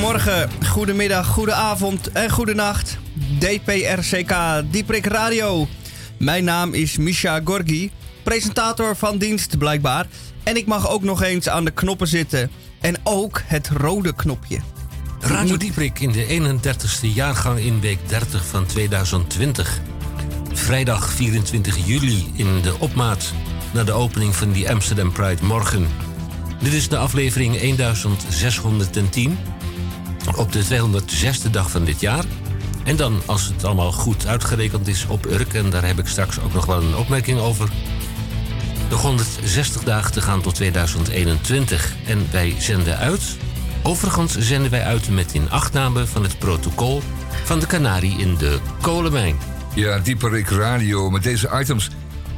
Goedemorgen, goedemiddag, goedenavond en goedenacht. DPRCK Dieprik Radio. Mijn naam is Misha Gorgi, presentator van dienst blijkbaar. En ik mag ook nog eens aan de knoppen zitten. En ook het rode knopje. Radio Dieprik in de 31ste jaargang in week 30 van 2020. Vrijdag 24 juli in de opmaat naar de opening van die Amsterdam Pride morgen. Dit is de aflevering 1610 op de 206e dag van dit jaar. En dan, als het allemaal goed uitgerekend is op Urk, en daar heb ik straks ook nog wel een opmerking over, nog 160 dagen te gaan tot 2021. En wij zenden uit. Overigens zenden wij uit met inachtname van het protocol van de Canarie in de kolenmijn. Ja, Dieperik Radio met deze items.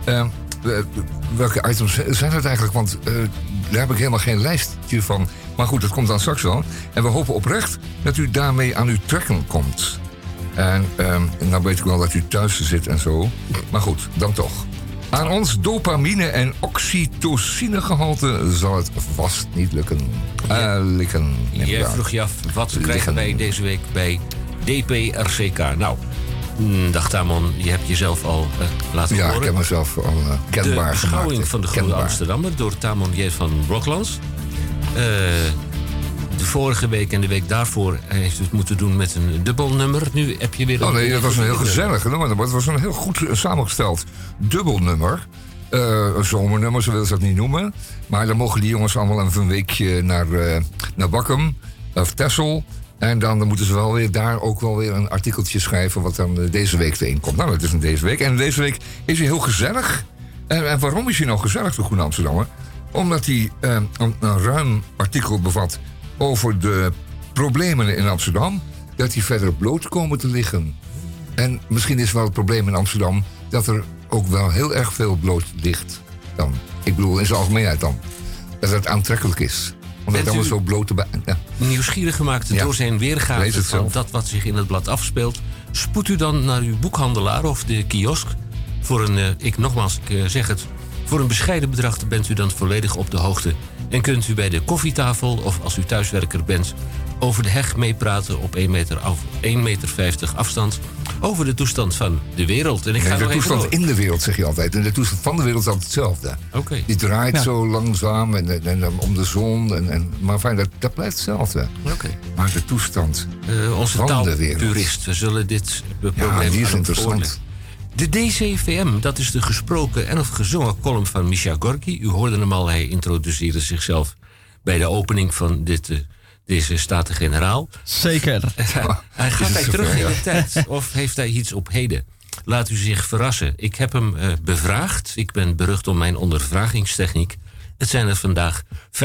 Welke items zijn het eigenlijk? Want daar heb ik helemaal geen lijstje van. Maar goed, dat komt dan straks wel. En we hopen oprecht dat u daarmee aan uw trekken komt. En nou weet ik wel dat u thuis zit en zo. Maar goed, dan toch. Aan ons dopamine- en oxytocinegehalte zal het vast niet lukken. Likken. Jij vroeg je af, wat krijgen wij deze week bij DPRCK? Nou, dag Tamon, je hebt jezelf al laten horen. Ja, ik heb mezelf al kenbaar gemaakt. De beschouwing van de Groene Amsterdammer door Tamon J. van Brocklands. De vorige week en de week daarvoor heeft u het moeten doen met een dubbelnummer. Nu heb je weer... Oh nee, dat was een heel gezellig nummer. Het was een heel goed samengesteld dubbelnummer. Een zomernummer, zo willen ze dat niet noemen. Maar dan mogen die jongens allemaal even een weekje naar Bakkum of Texel. En dan moeten ze wel weer daar ook wel weer een artikeltje schrijven wat dan deze week erin komt. Nou, dat is deze week. En deze week is hij heel gezellig. En waarom is hij nou gezellig, de Groene Amsterdammer? Omdat hij een ruim artikel bevat over de problemen in Amsterdam, dat die verder bloot komen te liggen. En misschien is wel het probleem in Amsterdam dat er ook wel heel erg veel bloot ligt dan. Ik bedoel, in zijn algemeenheid dan. Dat het aantrekkelijk is. Omdat het allemaal zo bloot nieuwsgierig gemaakt door zijn weergave van dat wat zich in het blad afspeelt. Spoedt u dan naar uw boekhandelaar of de kiosk. Voor een, ik zeg het, voor een bescheiden bedrag bent u dan volledig op de hoogte. En kunt u bij de koffietafel of als u thuiswerker bent over de heg meepraten op 1,50 meter afstand over de toestand van de wereld. En ik ga de toestand in de wereld zeg je altijd. En de toestand van de wereld is altijd hetzelfde. Okay. Die draait zo langzaam en om de zon. Maar fijn, dat blijft hetzelfde. Okay. Maar de toestand onze van de wereld. Puristen zullen dit probleem die is interessant. De DCVM, dat is de gesproken en of gezongen column van Misha Gorgi. U hoorde hem al, hij introduceerde zichzelf bij de opening van deze Staten-Generaal. Zeker. Hij gaat hij terug in de tijd of heeft hij iets op heden? Laat u zich verrassen. Ik heb hem bevraagd. Ik ben berucht om mijn ondervragingstechniek. Het zijn er vandaag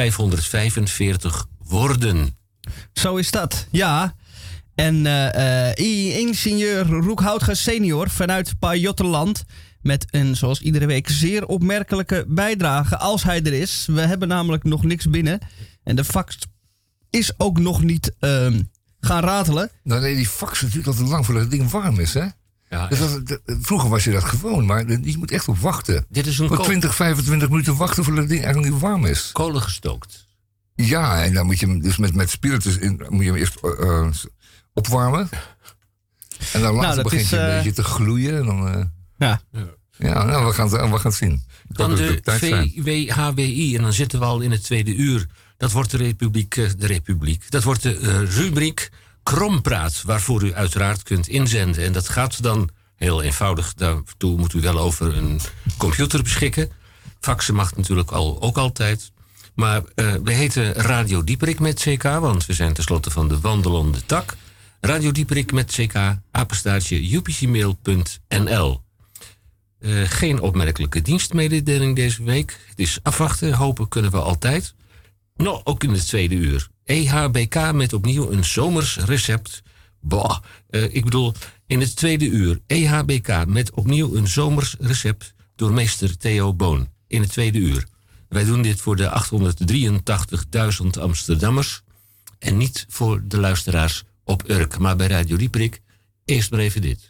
545 woorden. Zo is dat, ja. En ingenieur Roek Houtga senior vanuit Pajottenland met een, zoals iedere week, zeer opmerkelijke bijdrage als hij er is. We hebben namelijk nog niks binnen. En de fax is ook nog niet gaan ratelen. Nou nee, die fax duurt altijd lang voordat het ding warm is, hè? Ja, vroeger was je dat gewoon, maar je moet echt op wachten. Dit is een voor 20, 25 minuten wachten voordat het ding eigenlijk niet warm is. Kolen gestookt. Ja, en dan moet je hem dus met spiritus moet je hem eerst opwarmen. En dan later begint je een beetje te gloeien. En dan, nou, we gaan het zien. Dan de VWHWI, en dan zitten we al in het tweede uur. Dat wordt de Republiek. Dat wordt de rubriek Krompraat, waarvoor u uiteraard kunt inzenden. En dat gaat dan heel eenvoudig. Daartoe moet u wel over een computer beschikken. Faxen mag natuurlijk ook altijd. Maar we heten Radio Dieperik met CK, want we zijn tenslotte van de wandelende tak. Radio Dieperik met CK, apenstaartje upcmail.nl. Geen opmerkelijke dienstmededeling deze week. Het is afwachten, hopen kunnen we altijd. Nou, ook in het tweede uur. EHBK met opnieuw een zomers recept. Ik bedoel, in het tweede uur. EHBK met opnieuw een zomers recept door meester Theo Boon. In het tweede uur. Wij doen dit voor de 883.000 Amsterdammers. En niet voor de luisteraars op Urk. Maar bij Radio Dieperik, eerst maar even dit.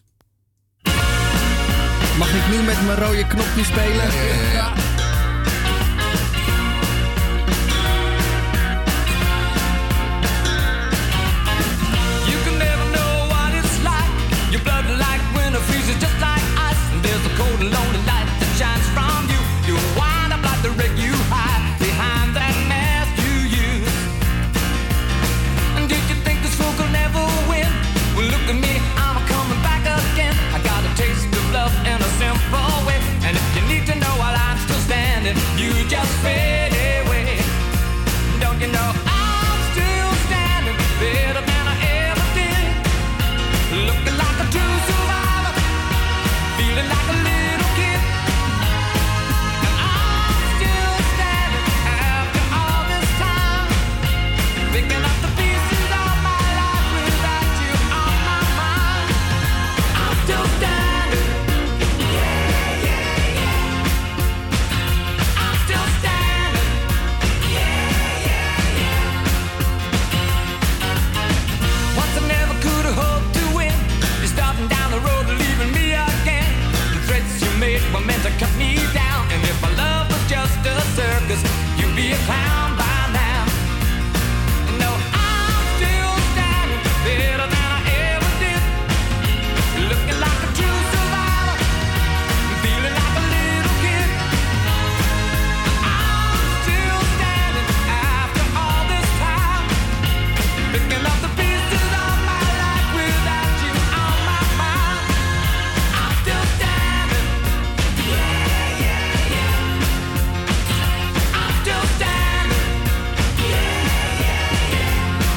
Mag ik nu met mijn rode knopje spelen? Ja. is just like ice, and there's a cold, lonely light that shines from you. You wind up like the wreck you hide behind that mask you use. And did you think this fool could never win? Well, look at me, I'm coming back again. I got a taste of love in a simple way. And if you need to know while I'm still standing, you just fade away. Don't you know I'm still standing better than I ever did? Looking like a true survivor, feeling like a little kid. And I'm still standing after all this time, picking up the pieces of my life without you on my mind. I'm still standing, yeah, yeah, yeah. I'm still standing, yeah, yeah, yeah. Once I never could have hoped to win. You're starting down the road and leaving me again. The threats you made were meant to cut me down. And if my love was just a circus, you'd be a clown by now. No, I'm still standing better than I ever did. Looking like a true survivor, feeling like a little kid. I'm still standing after all this time, picking up the pieces of my life without you on my mind. I'm still standing, yeah, yeah, yeah. I'm still standing, yeah, yeah, yeah.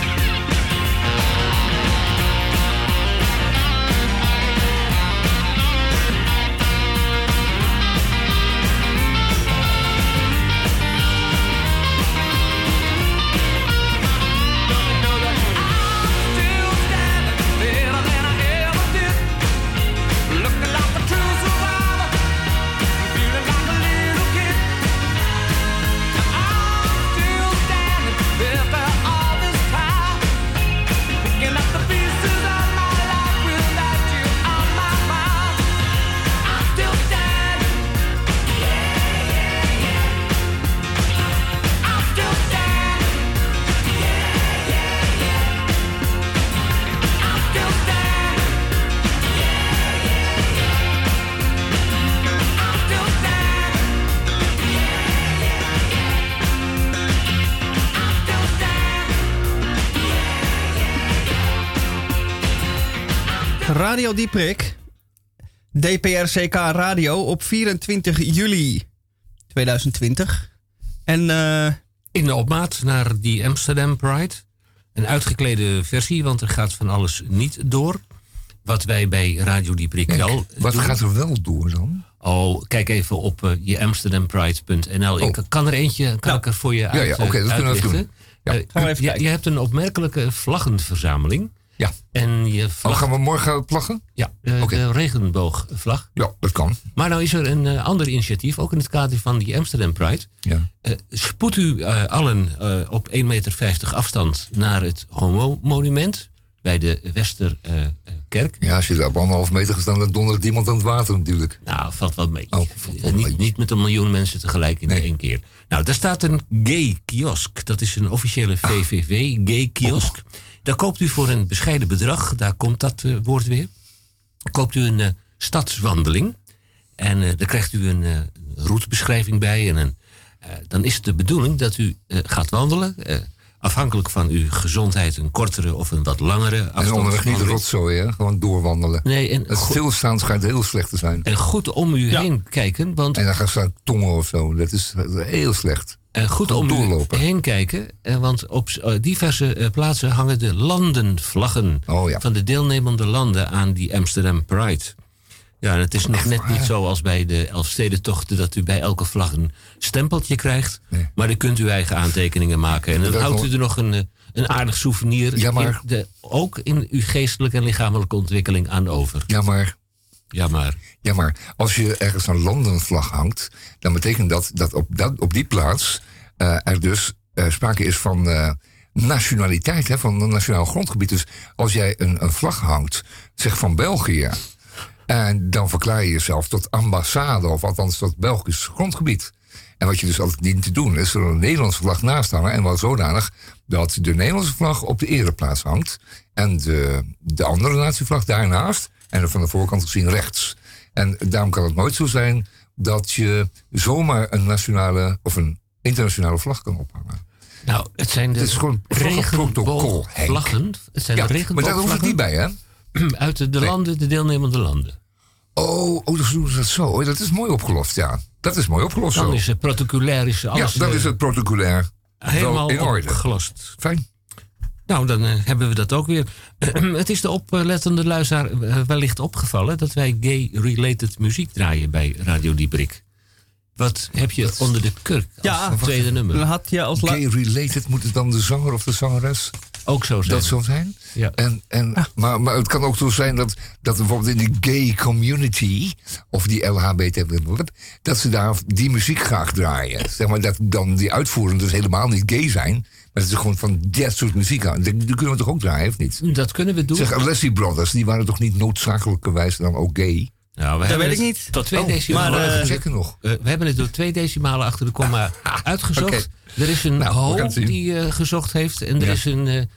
Still standing better than I ever did. Looking like a true survivor, feeling like a little kid. I'm still standing after all this time, picking up the pieces of my life without you on my mind. I'm still standing, yeah, yeah, yeah. I'm still standing, yeah, yeah, yeah. I'm still standing, yeah, yeah, yeah. I'm still standing, yeah, yeah, yeah. I'm still standing, Radio Dieprik, DPRCK Radio op 24 juli 2020. En In de opmaat naar die Amsterdam Pride. Een uitgeklede versie, want er gaat van alles niet door. Wat wij bij Radio Dieprik wel Wat doen. gaat er wel door dan? Oh, kijk even op je amsterdampride.nl. Ik kan er eentje ik er voor je uit. Ja, oké, dat kunnen we uitlichten. doen. Ja. Gaan we even kijken. Je hebt een opmerkelijke vlaggenverzameling. Ja. En je vlag, Gaan we morgen plaggen? ja, Oké. de regenboogvlag. Ja, dat kan. Maar nou is er een ander initiatief, ook in het kader van die Amsterdam Pride. Ja. Spoed u allen op 1,50 meter afstand naar het Homo-monument bij de Westerkerk. Ja, als je daar op 1,5 meter gaat staan, dan dondert iemand aan het water natuurlijk. Nou, valt wel mee. Oh, valt wel mee. Niet met 1 miljoen mensen tegelijk in Nee. één keer. Nou, daar staat een gay kiosk. Dat is een officiële VVV, gay kiosk. Daar koopt u voor een bescheiden bedrag, daar komt dat woord weer. Koopt u een stadswandeling. En daar krijgt u een routebeschrijving bij. En dan is het de bedoeling dat u gaat wandelen. Afhankelijk van uw gezondheid een kortere of een wat langere afstand. En onderweg niet rotzooi, hè? Gewoon doorwandelen. Nee, en Het stilstaan schijnt heel slecht te zijn. en goed om u heen kijken, want En dan gaan ze staan tongen of zo. Dat is heel slecht. goed Gewoon om doorlopen. u heen kijken, want op diverse plaatsen hangen de landenvlaggen Oh ja. van de deelnemende landen aan die Amsterdam Pride. Ja, en het is nog net niet zo als bij de Elfstedentochten dat u bij elke vlag een stempeltje krijgt. Nee. Maar dan kunt u eigen aantekeningen maken. En dan Dat houdt u wel- er nog een aardig souvenir, Ja, maar- ook in uw geestelijke en lichamelijke ontwikkeling aan over. Ja, maar Ja, maar als je ergens een landenvlag hangt, dan betekent dat op die plaats er dus sprake is van nationaliteit, hè, van een nationaal grondgebied. Dus als jij een vlag hangt, zeg van België, en dan verklaar je jezelf tot ambassade, of althans tot Belgisch grondgebied. En wat je dus altijd dient te doen, is er een Nederlandse vlag naast hangen, en wel zodanig dat de Nederlandse vlag op de ereplaats hangt en de andere natievlag daarnaast En van de voorkant gezien rechts. En daarom kan het nooit zo zijn dat je zomaar een nationale of een internationale vlag kan ophangen. Nou, het zijn de regenboogvlaggen. Het zijn de regenboogvlaggen. Maar daar hoeft het niet bij, hè? Uit de landen, de deelnemende landen. Dus doen ze dat zo. Oh, dat is mooi opgelost, ja. Dat is mooi opgelost Dan zo. is het protocolair. Alles, dan is het protocolair helemaal in orde. opgelost. Fijn. Nou, dan hebben we dat ook weer. Het is de oplettende luisteraar wellicht opgevallen dat wij gay-related muziek draaien bij Radio Dieprik. Wat heb je onder de kurk als tweede nummer? Had je als gay-related, moet het dan de zanger of de zangeres ook zo zijn? Dat zo zijn? Ja. Maar het kan ook zo zijn dat bijvoorbeeld in de gay community, of die LHBT, dat ze daar die muziek graag draaien. Zeg maar dat dan die uitvoerenden dus helemaal niet gay zijn, maar dat is gewoon van dat soort muziek aan. Die kunnen we toch ook draaien, of niet? Dat kunnen we doen. Zeg, Leslie Brothers, die waren toch niet noodzakelijkerwijs dan ook gay? Nou, dat weet ik niet. Tot 2 decimalen. Checken nog. We hebben het door 2 decimalen achter de komma uitgezocht. Okay. Er is een die gezocht heeft. En er is een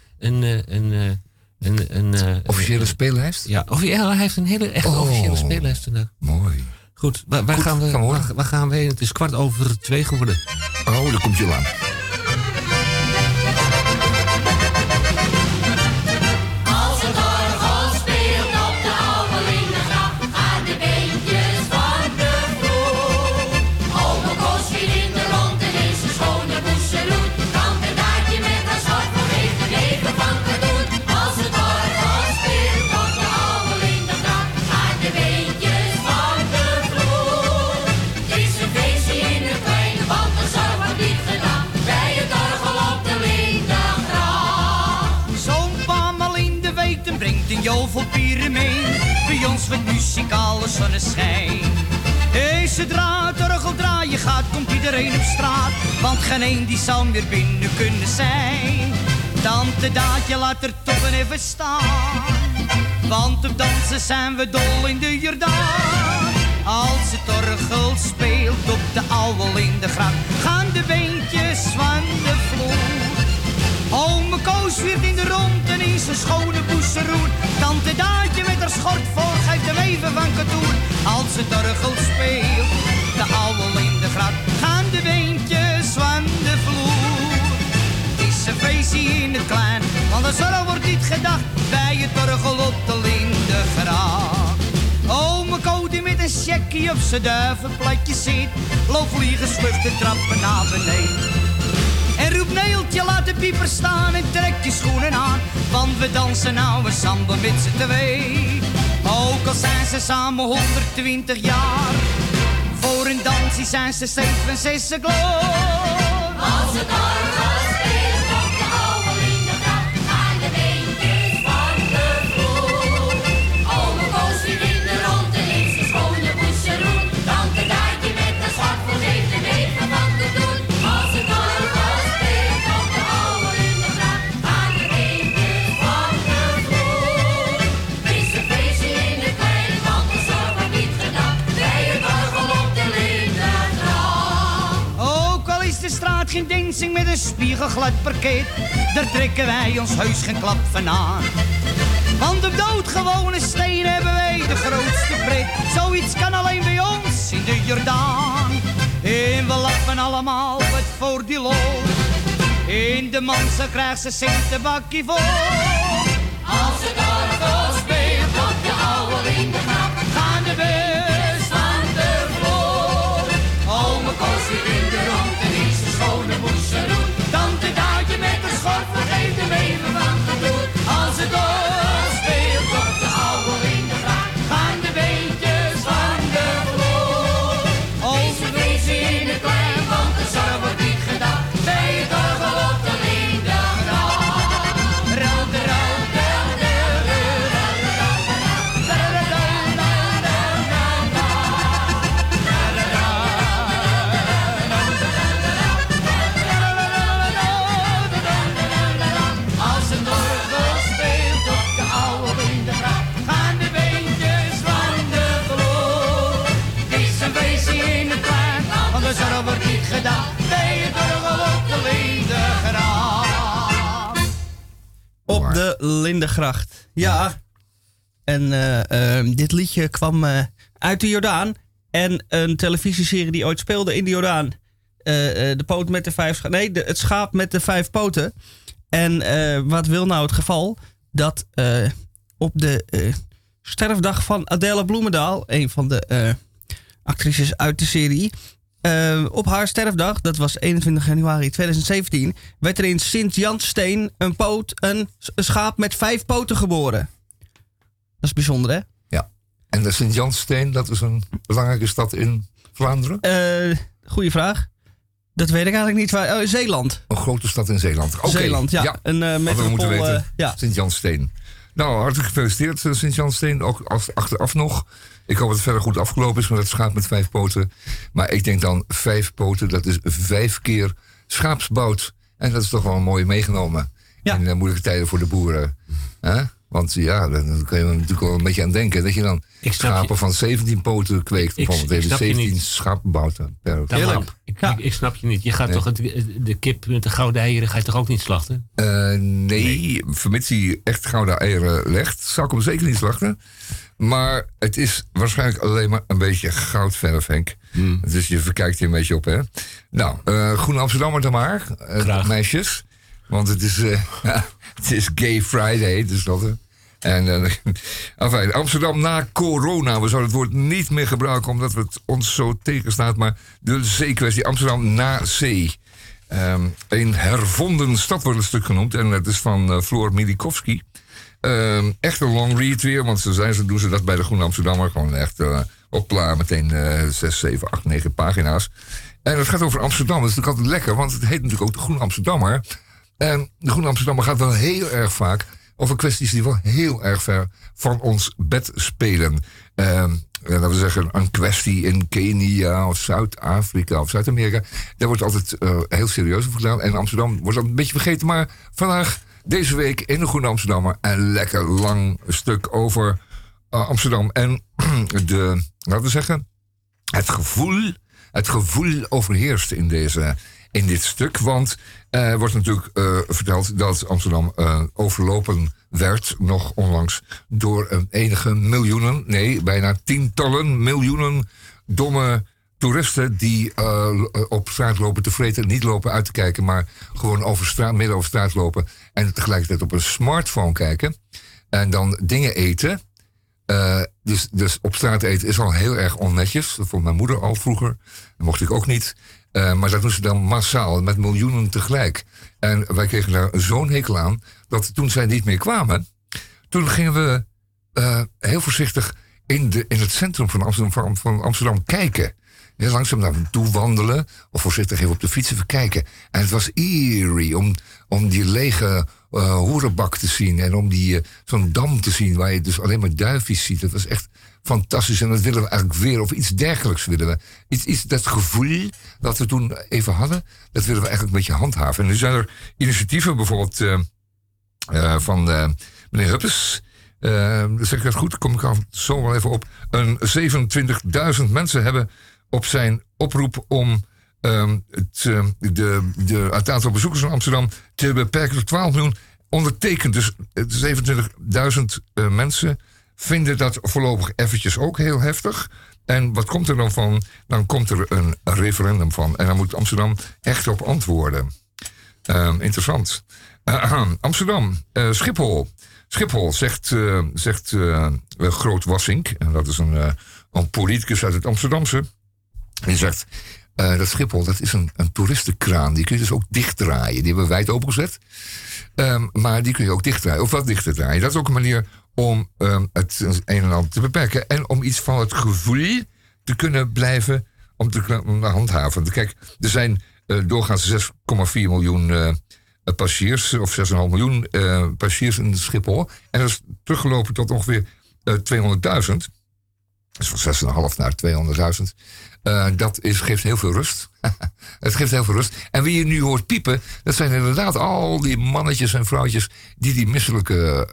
officiële speellijst? Ja, hij heeft een hele echt officiële speellijst. Mooi. Goed, waar gaan we heen? Het is 2:15 geworden. Oh, daar komt je aan. Jovelpieren mee, bij ons met muzikale zonneschijn. Zodra het orgel draaien gaat, komt iedereen op straat, want geen een die zal meer binnen kunnen zijn. Tante Daatje laat er toppen even staan, want op dansen zijn we dol in de Jordaan. Als het orgel speelt op de ouwel in de gracht, gaan de beentjes van de vloer. Ome Koos wiert in de rond en in zijn schone boezeroen. Tante Daatje met haar schort voor geeft hem even van katoen. Als het orgel speelt, de ouwel in de gracht, gaan de beentjes van de vloer. Het is een feestje in het klein, want de zorg wordt niet gedacht bij het orgel op de Lindegracht. Ome Ko die met een checkie op zijn duivenplatje zit, loopt vliegen vlug de trappen naar beneden. En roep Neeltje, laat de pieper staan en trek je schoenen aan, want we dansen nou een samba met z'n twee. Ook al zijn ze samen 120 jaar, voor een dansie zijn ze 67 gloor. Als het orgel speelt op de oude Lindegracht, gaan de beentjes van de vloer. Ome Koos weer in de rond en in zijn schone boezeroen. Tante Daatje met haar zwart voor geeft hem even van te doen. Als het orgel speelt op de oude Lindegracht, gaan de beentjes van de vloer. Het is een feestje in de kleine, want de zorg wordt niet gedaan bij het orgel op de Lindegracht. Ook al is de straat geen dancing met een spiegelglad parket, daar trekken wij ons heus geen klap van aan. Want op doodgewone steen hebben wij de grootste pret. Zoiets kan alleen bij ons in de Jordaan. En we lachen allemaal wat voor die lol. In de manse krijgt ze centenbakkie vol. Als het orgel speelt op de oude Lindegracht, gaan de bus van de vloer. Ome Koos weer in de rond en is de schone boezeroen. Tante Daatje met de schort vergeet hem even van te doen. Als het orgel speelt op de oude Lindegracht, gaan de beentjes van de vloer. Onze feestje in het klein, want de zorg wordt niet gedaan bij het orgel op de Lindegracht. Rood, rood, als een orgel speelt op de oude Lindegracht, gaan de beentjes van de vloer. Het is een feestje in het klein, want de zorg wordt niet gedaan bij het orgel op de Lindegracht. Op de Lindegracht. Ja, En dit liedje kwam uit de Jordaan. En een televisieserie die ooit speelde in de Jordaan. De poot met de 5 schapen. Nee, het schaap met de 5 poten. En wat wil nou het geval? Dat op de sterfdag van Adele Bloemendaal, een van de actrices uit de serie, op haar sterfdag, dat was 21 januari 2017, werd er in Sint-Janssteen een schaap met 5 poten geboren. Dat is bijzonder, hè? Ja. En de Sint-Janssteen, dat is een belangrijke stad in Vlaanderen? Goeie vraag. Dat weet ik eigenlijk niet. Waar. Zeeland. Een grote stad in Zeeland. Okay. Zeeland, ja. Een metropool. We moeten weten. Ja. Sint-Janssteen. Nou, hartelijk gefeliciteerd Sint-Janssteen. Ook achteraf nog. Ik hoop dat het verder goed afgelopen is met het schaap met 5 poten. Maar ik denk dan 5 poten, dat is 5 keer schaapsbout. En dat is toch wel mooi meegenomen. Ja. In moeilijke tijden voor de boeren. Want ja, dan kun je er natuurlijk wel een beetje aan denken. Dat je dan schapen van 17 poten kweekt. Bijvoorbeeld 17 schapenbouten per schaap. Ik snap je niet. Je gaat toch de kip met de gouden eieren ga je toch ook niet slachten? Nee, vermits hij echt gouden eieren legt, zou ik hem zeker niet slachten. Maar het is waarschijnlijk alleen maar een beetje goudverf, Henk. Dus je verkijkt hier een beetje op, hè? Nou, Groene Amsterdammer dan maar, meisjes. Want het is Gay Friday, dus dat. En enfin, Amsterdam na corona. We zouden het woord niet meer gebruiken omdat het ons zo tegenstaat. Maar de zeekwestie. Amsterdam na zee. Een hervonden stad wordt het stuk genoemd. En het is van Floor Milikowski. Echt een long read weer. Want zo doen ze dat bij de Groene Amsterdammer. Gewoon echt opla, meteen 6, 7, 8, 9 pagina's. En het gaat over Amsterdam. Dat is natuurlijk altijd lekker. Want het heet natuurlijk ook de Groene Amsterdammer. En de Groene Amsterdammer gaat wel heel erg vaak over kwesties die wel heel erg ver van ons bed spelen. Laten we zeggen, een kwestie in Kenia of Zuid-Afrika of Zuid-Amerika. Daar wordt altijd heel serieus over gedaan. En Amsterdam wordt dan een beetje vergeten. Maar vandaag, deze week in de Groene Amsterdammer, een lekker lang stuk over Amsterdam. En laten we zeggen, het gevoel overheerst in dit stuk. Want er wordt natuurlijk verteld dat Amsterdam overlopen werd, nog onlangs, door enige miljoenen, nee, bijna tientallen miljoenen domme toeristen die op straat lopen te vreten, niet lopen uit te kijken, maar gewoon midden over straat lopen en tegelijkertijd op een smartphone kijken en dan dingen eten. Dus op straat eten is al heel erg onnetjes. Dat vond mijn moeder al vroeger. Dat mocht ik ook niet. Maar dat doen ze dan massaal, met miljoenen tegelijk. En wij kregen daar zo'n hekel aan, dat toen zij niet meer kwamen, toen gingen we heel voorzichtig in het centrum van Amsterdam kijken. Heel langzaam naar toe wandelen, of voorzichtig even op de fiets even kijken. En het was eerie om die lege hoerenbak te zien en om zo'n dam te zien waar je dus alleen maar duifjes ziet. Dat was echt fantastisch en dat willen we eigenlijk weer, of iets dergelijks willen we. Iets dat gevoel dat we toen even hadden, dat willen we eigenlijk een beetje handhaven. En nu zijn er initiatieven, bijvoorbeeld van meneer Huppes. Zeg ik dat goed? Kom ik al zo wel even op. 27.000 mensen hebben op zijn oproep om het aantal bezoekers in Amsterdam te beperken tot 12 miljoen ondertekend. Dus 27.000 mensen vinden dat voorlopig eventjes ook heel heftig. En wat komt er dan van? Dan komt er een referendum van. En dan moet Amsterdam echt op antwoorden. Interessant. Amsterdam, Schiphol. Schiphol, zegt Groot Wassink. En dat is een politicus uit het Amsterdamse. Die zegt, dat Schiphol, dat is een toeristenkraan. Die kun je dus ook dichtdraaien. Die hebben we wijd opengezet. Maar die kun je ook dichtdraaien. Of wat dichter draaien. Dat is ook een manier om het een en ander te beperken. En om iets van het gevoel te kunnen blijven om te handhaven. Kijk, er zijn doorgaans 6,4 miljoen passagiers, of 6,5 miljoen passagiers in Schiphol. En dat is teruggelopen tot ongeveer 200.000. Dus van 6,5 naar 200.000. Dat geeft heel veel rust. Het geeft heel veel rust. En wie je nu hoort piepen, dat zijn inderdaad al die mannetjes en vrouwtjes die misselijke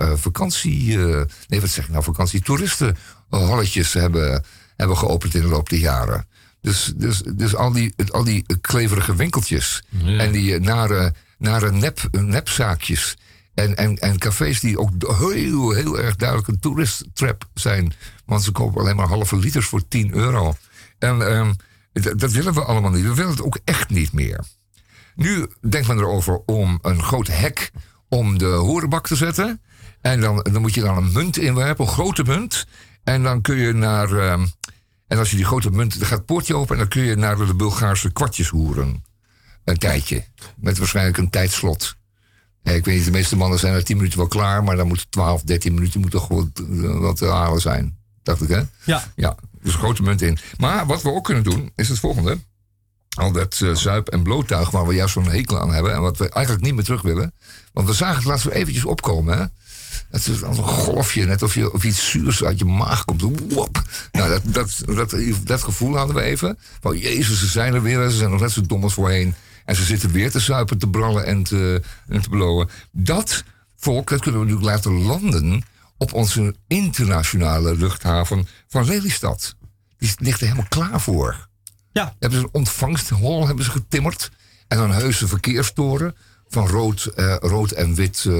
vakantietoeristenhalletjes hebben geopend in de loop der jaren. Dus al die kleverige winkeltjes en die nare nepzaakjes En cafés die ook heel erg duidelijk een tourist trap zijn. Want ze kopen alleen maar halve liters voor €10. En dat willen we allemaal niet. We willen het ook echt niet meer. Nu denkt men erover om een groot hek om de horenbak te zetten. En dan moet je dan een munt inwerpen, een grote munt. En dan kun je naar... en als je die grote munt... Dan gaat het poortje open en dan kun je naar de Bulgaarse kwartjes hoeren. Een tijdje. Met waarschijnlijk een tijdslot. Ik weet niet, de meeste mannen zijn er 10 minuten wel klaar. Maar dan moet 12, 13 minuten moet toch wat te halen zijn. Dacht ik, hè? Ja, dus een grote munt in. Maar wat we ook kunnen doen, is het volgende. Al dat zuip- en bloottuig waar we juist zo'n hekel aan hebben. En wat we eigenlijk niet meer terug willen. Want we zagen het laatst weer eventjes opkomen, hè? Het is als een golfje, net of iets zuurs uit je maag komt. Wop. Nou, dat gevoel hadden we even. Van jezus, ze zijn er weer. Ze zijn nog net zo dom als voorheen. En ze zitten weer te zuipen, te brallen en te blowen. Dat volk, dat kunnen we natuurlijk laten landen op onze internationale luchthaven van Lelystad. Die ligt er helemaal klaar voor. Ja. Hebben ze een ontvangsthal hebben ze getimmerd. En een heuse verkeerstoren van rood en wit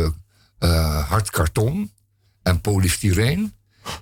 hard karton. En polystyreen.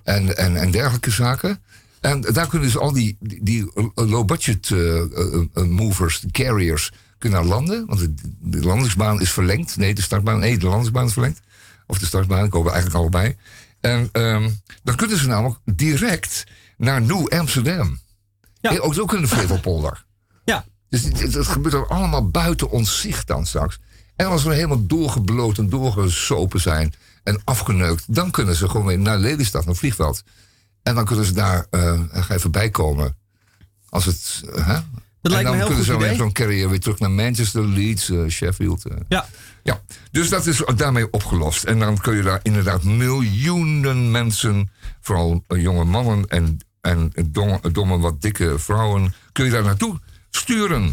En dergelijke zaken. En daar kunnen dus al die low-budget movers, carriers, kunnen landen. Want de landingsbaan is verlengd. Nee, de landingsbaan is verlengd. Of de startbaan, ik hoop eigenlijk allebei. En dan kunnen ze namelijk direct naar Nieuw-Amsterdam. Ja. Ook in de Flevopolder. Ja. Dus dat gebeurt er allemaal buiten ons zicht dan straks. En als we helemaal doorgebloot en doorgesopen zijn en afgeneukt, dan kunnen ze gewoon weer naar Lelystad, naar het vliegveld. En dan kunnen ze daar even bijkomen. Als het... Dat lijkt me heel goed idee. En dan kunnen ze zo'n carrier weer terug naar Manchester, Leeds, Sheffield. Ja, dus dat is daarmee opgelost. En dan kun je daar inderdaad miljoenen mensen, vooral jonge mannen en domme wat dikke vrouwen, kun je daar naartoe sturen.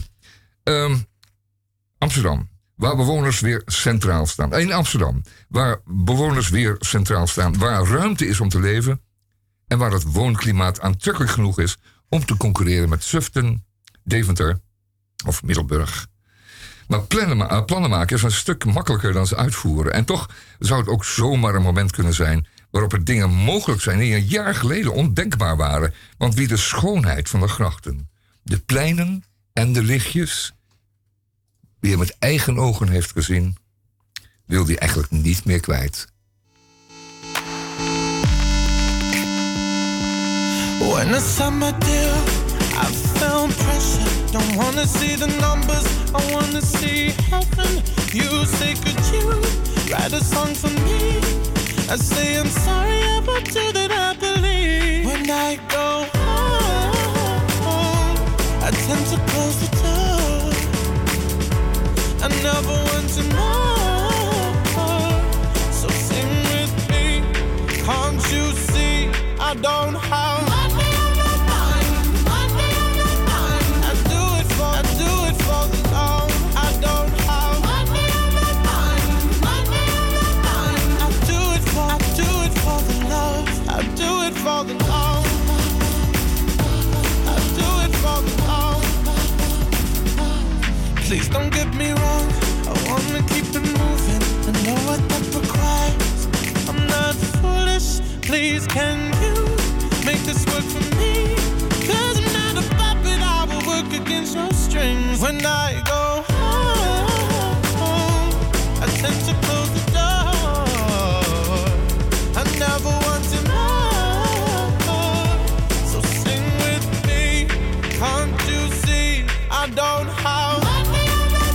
Amsterdam, waar bewoners weer centraal staan. In Amsterdam, waar bewoners weer centraal staan. Waar ruimte is om te leven. En waar het woonklimaat aantrekkelijk genoeg is om te concurreren met Zutphen, Deventer of Middelburg. Maar plannen maken is een stuk makkelijker dan ze uitvoeren. En toch zou het ook zomaar een moment kunnen zijn waarop er dingen mogelijk zijn die een jaar geleden ondenkbaar waren. Want wie de schoonheid van de grachten, de pleinen en de lichtjes, wie hij met eigen ogen heeft gezien, wil die eigenlijk niet meer kwijt. When the summer deal, I felt pressure. Don't wanna see the numbers, I wanna see heaven. You say, could you write a song for me? I say I'm sorry, but do that I believe. When I go home, I tend to close the door. I never want to know. So sing with me, can't you see I don't have for the love. I do it for the love. Please don't get me wrong, I wanna keep it moving. I know what that requires. I'm not foolish, please can you make this work for me? 'Cause I'm not a puppet, I will work against your strings. When I go home, I tend to close the door. I never want to know. Can't you see I don't have money on my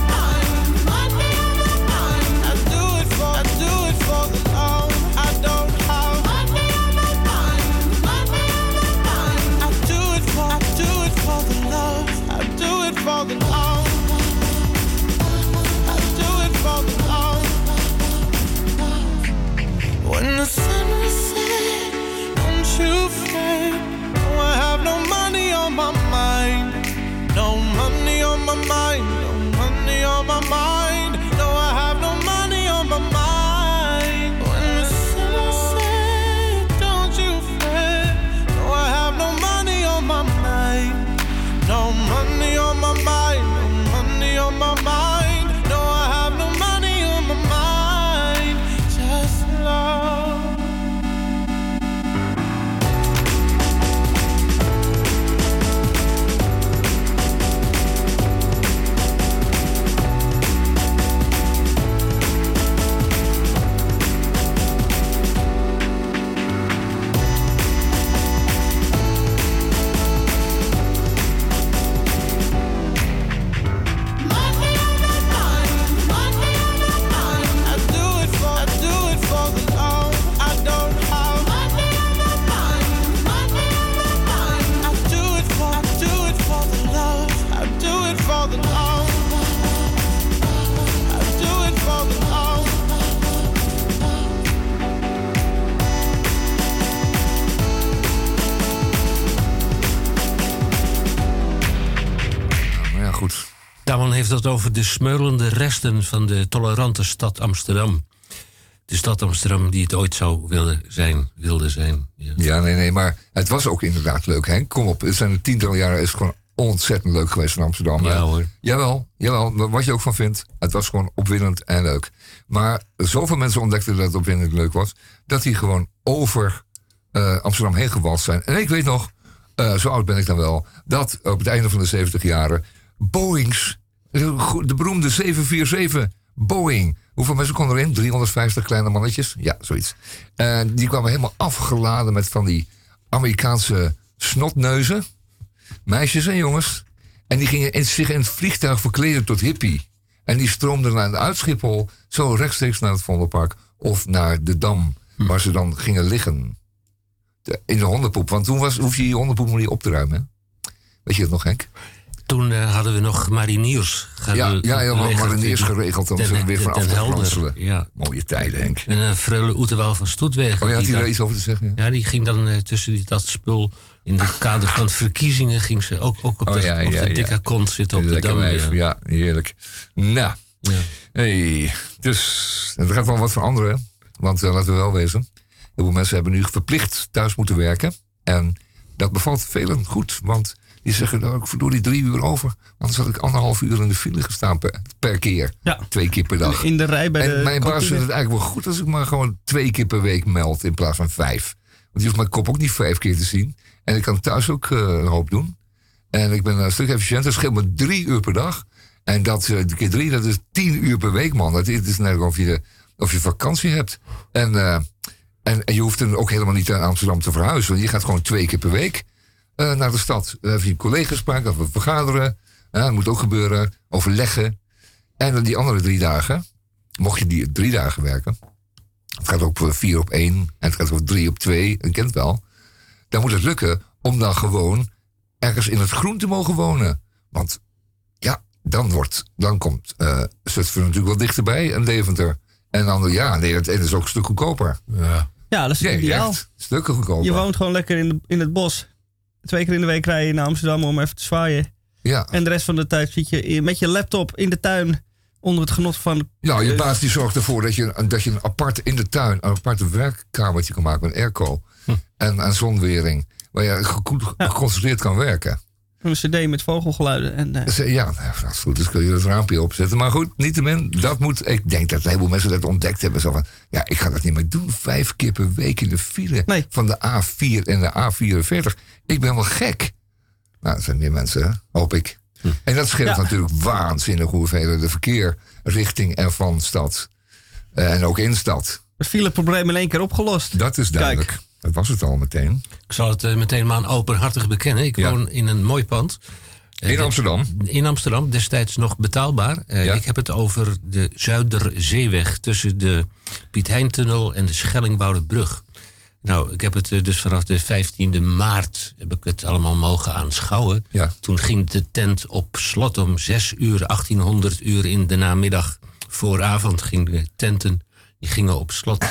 mind. I do it for the love. I don't have money on my mind. I do it for the love. I do it for the love. I do it for the love. When the sun is set, don't you fret. I have no money on my mind. No money on my mind. goed. Daman heeft het over de smeulende resten van de tolerante stad Amsterdam. De stad Amsterdam die het ooit zou wilde zijn. Ja, nee, maar het was ook inderdaad leuk, Henk. Kom op, het zijn 10 jaren, is gewoon ontzettend leuk geweest in Amsterdam. Ja, hoor. Jawel, wat je ook van vindt. Het was gewoon opwindend en leuk. Maar zoveel mensen ontdekten dat het opwindend leuk was, dat die gewoon over Amsterdam heen gewalst zijn. En ik weet nog, zo oud ben ik dan wel, dat op het einde van de 70 jaren Boeings, de beroemde 747 Boeing. Hoeveel mensen konden erin? 350 kleine mannetjes? Ja, zoiets. En die kwamen helemaal afgeladen met van die Amerikaanse snotneuzen. Meisjes en jongens. En die gingen zich in het vliegtuig verkleden tot hippie. En die stroomden naar Schiphol zo rechtstreeks naar het Vondelpark of naar de Dam, waar ze dan gingen liggen. In de hondenpoep. Want toen hoef je hondenpoep nog niet op te ruimen. Hè? Weet je het nog, Henk? Toen hadden we nog mariniers mariniers geregeld om ze weer van af te ranselen. Ja. Mooie tijden, Henk. En Freule Oeterwal van Stoetwegen. Oh, had hij daar iets over te zeggen? Ja, die ging dan tussen dat spul. In het kader van de verkiezingen ging ze ook op de dikke kont zitten op de Dam. Ja, heerlijk. Nou, hey, dus er gaat wel wat veranderen. Want laten we wel wezen. Heel veel mensen hebben nu verplicht thuis moeten werken. En dat bevalt velen goed. Want die zeggen, nou, ik verdoor die 3 uur over. Anders had ik 1,5 uur in de file gestaan per keer. Ja. 2 keer per dag. In de rij bij en mijn baas vindt het eigenlijk wel goed als ik maar gewoon 2 keer per week meld in plaats van 5. Want die hoeft mijn kop ook niet 5 keer te zien. En ik kan thuis ook een hoop doen. En ik ben een stuk efficiënter. Het scheelt me 3 uur per dag. En dat keer 3, dat is 10 uur per week, man. Dat is net of je vakantie hebt. En je hoeft dan ook helemaal niet naar Amsterdam te verhuizen. Want je gaat gewoon 2 keer per week naar de stad. Dan heb je collega's spraken, of vergaderen. Dat moet ook gebeuren. Overleggen. En dan die andere 3 dagen. Mocht je die 3 dagen werken. Het gaat ook voor 4 op 1. En het gaat voor 3 op 2. Je kent wel. Dan moet het lukken om dan gewoon ergens in het groen te mogen wonen. Want ja, dan komt Zutphen natuurlijk wel dichterbij en Deventer. En dan, het is ook een stuk goedkoper. Ja, dat is ideaal. Echt, stukken goedkoper. Je woont gewoon lekker in het bos. 2 keer in de week rij je naar Amsterdam om even te zwaaien. Ja. En de rest van de tijd zit je met je laptop in de tuin onder het genot van... Nou, je baas die zorgt ervoor dat je een apart in de tuin, een aparte werkkamertje kan maken met airco. En zonwering. Waar je geconcentreerd kan werken. Een cd met vogelgeluiden. En, dat is goed. Dus kun je het raampje opzetten. Maar goed, niettemin, dat moet... Ik denk dat een heleboel mensen dat ontdekt hebben. Zo van, ik ga dat niet meer doen. 5 keer per week in de file van de A4 en de A44. Ik ben wel gek. Nou, dat zijn meer mensen, hè? Hoop ik. En dat scheelt natuurlijk waanzinnig hoeveel de verkeer richting en van stad. En ook in stad. Het fileprobleem in 1 keer opgelost. Dat is duidelijk. Kijk. Dat was het al meteen. Ik zal het meteen maar openhartig bekennen. Ik woon in een mooi pand. In Amsterdam? In Amsterdam, destijds nog betaalbaar. Ik heb het over de Zuiderzeeweg tussen de Piet Heintunnel en de Schellingwoudebrug. Nou, ik heb het dus vanaf de 15e maart heb ik het allemaal mogen aanschouwen. Ja. Toen ging de tent op slot om 6 uur, 1800 uur in de namiddag. Vooravond gingen de tenten, die gingen op slot.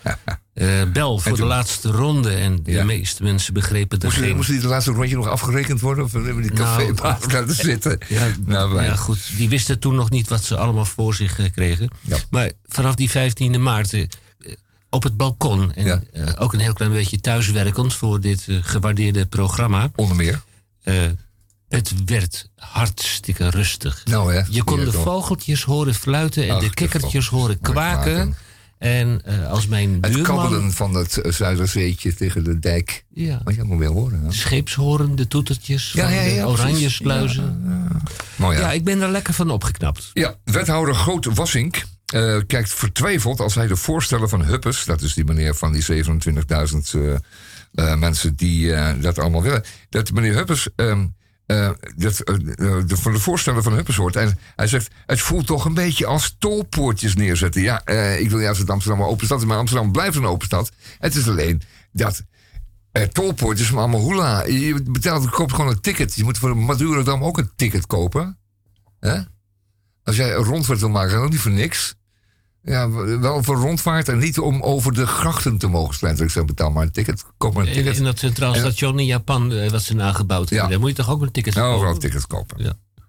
Bel voor de laatste ronde en de meeste mensen begrepen er geen... Moest die de laatste rondje nog afgerekend worden? Of hebben die cafébaas laten zitten? Goed, die wisten toen nog niet wat ze allemaal voor zich kregen. Ja. Maar vanaf die 15e maart... op het balkon. En ook een heel klein beetje thuiswerkend voor dit gewaardeerde programma. Onder meer. Het werd hartstikke rustig. Nou, hè, je kon de vogeltjes horen fluiten en de kikkertjes horen kwaken. En als mijn buurman... Het kabbelen van het Zuiderzeetje tegen de dijk. Ja. Wat je moet weer horen. Hè? Scheepshoren, de toetertjes van de Oranjesluizen. Mooi, ja, ik ben er lekker van opgeknapt. Ja, wethouder Groot Wassink... kijkt vertwijfeld als hij de voorstellen van Huppes... dat is die meneer van die 27.000 mensen die dat allemaal willen... dat meneer Huppes van de voorstellen van Huppes hoort. En hij zegt, het voelt toch een beetje als tolpoortjes neerzetten. Ja, ik wil juist dat Amsterdam een open stad is... maar Amsterdam blijft een open stad. Het is alleen dat... tolpoortjes van allemaal hoela. Je koopt gewoon een ticket. Je moet voor Madurodam ook een ticket kopen. Als jij een rondvaart wil maken, dan niet voor niks. Ja, wel voor rondvaart en niet om over de grachten te mogen slenteren. Ik zeg, betaal maar een ticket, koop maar een ticket. In dat centraal station in Japan, wat ze nagebouwd hebben, daar moet je toch ook een ticket kopen? Nou, wel een ticket kopen. Ja.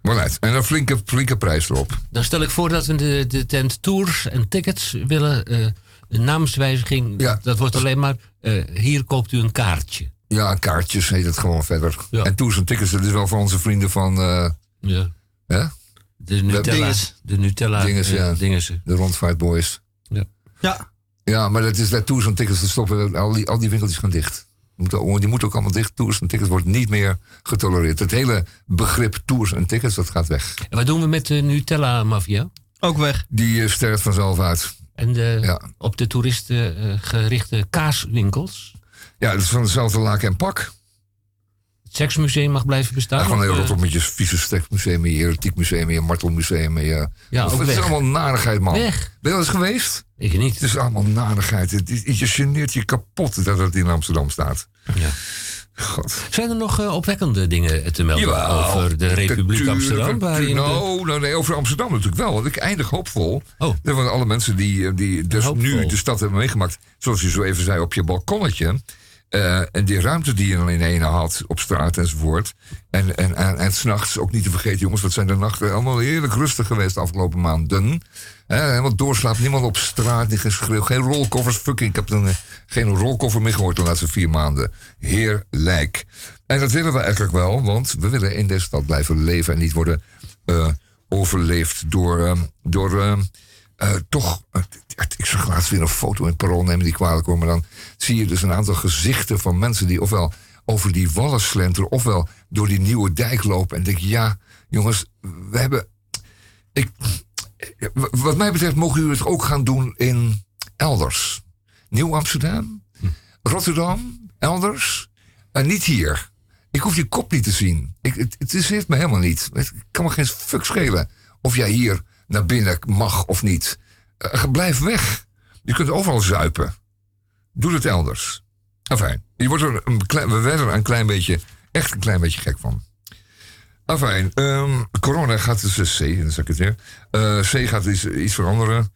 Voilà. En een flinke prijs erop. Dan stel ik voor dat we de tent tours en tickets willen. De naamswijziging, Ja. dat wordt alleen maar... hier koopt u een kaartje. Ja, kaartjes heet het gewoon verder. Ja. En tours en tickets, dat is wel voor onze vrienden van... Ja. hè? De Nutella Dinges, ja. dinges. De Rondvaartboys. Ja. Ja, maar dat is bij tours en tickets te stoppen. Al die winkeltjes gaan dicht. Die moeten ook allemaal dicht. Tours en tickets wordt niet meer getolereerd. Het hele begrip tours en tickets, dat gaat weg. En wat doen we met de Nutella-mafia? Ook weg. Die sterft vanzelf uit. En op de toeristen gerichte kaaswinkels? Ja, dat is van hetzelfde laken en pak. Het seksmuseum mag blijven bestaan? Ja, gewoon een of, heel rotop met je vieze steksmuseum, je erotiekmuseum, je martelmuseum. Ja, ook het is weg. allemaal narigheid, man. Weg. Ben je wel eens geweest? Ik niet. Het is allemaal narigheid. Je geneert je kapot dat het in Amsterdam staat. Ja. God. Zijn er nog opwekkende dingen te melden over de Republiek Amsterdam? Nee, over Amsterdam natuurlijk wel. Want ik eindig hoopvol. Oh. Dat van alle mensen die dus Hoopvol. nu de stad hebben meegemaakt. Zoals je zo even zei, op je balkonnetje. En die ruimte die je dan in ene had op straat enzovoort. En 's nachts ook niet te vergeten, jongens, wat zijn de nachten allemaal heerlijk rustig geweest de afgelopen maanden. Helemaal doorslaap, niemand op straat, niet geschreeuw, geen rolkoffers. Fucking, ik heb geen rolkoffer meer gehoord de laatste 4 maanden. Heerlijk. En dat willen we eigenlijk wel, want we willen in deze stad blijven leven en niet worden overleefd door toch... Ik zag laatst weer een foto in het Parool, neem me die kwalijk hoor, maar dan zie je dus een aantal gezichten van mensen die ofwel over die wallen slenteren, ofwel door die nieuwe dijk lopen. En denk je, ja, jongens, we hebben... Wat mij betreft mogen jullie het ook gaan doen in elders. Nieuw-Amsterdam, Rotterdam, elders, en niet hier. Ik hoef je kop niet te zien. Het interesseert me helemaal niet. Het kan me geen fuck schelen of jij hier naar binnen mag of niet. Blijf weg. Je kunt overal zuipen. Doe het elders. Enfin, we werden er een klein beetje gek van. Enfin, corona gaat dus C, dan zeg ik het weer. C gaat iets veranderen.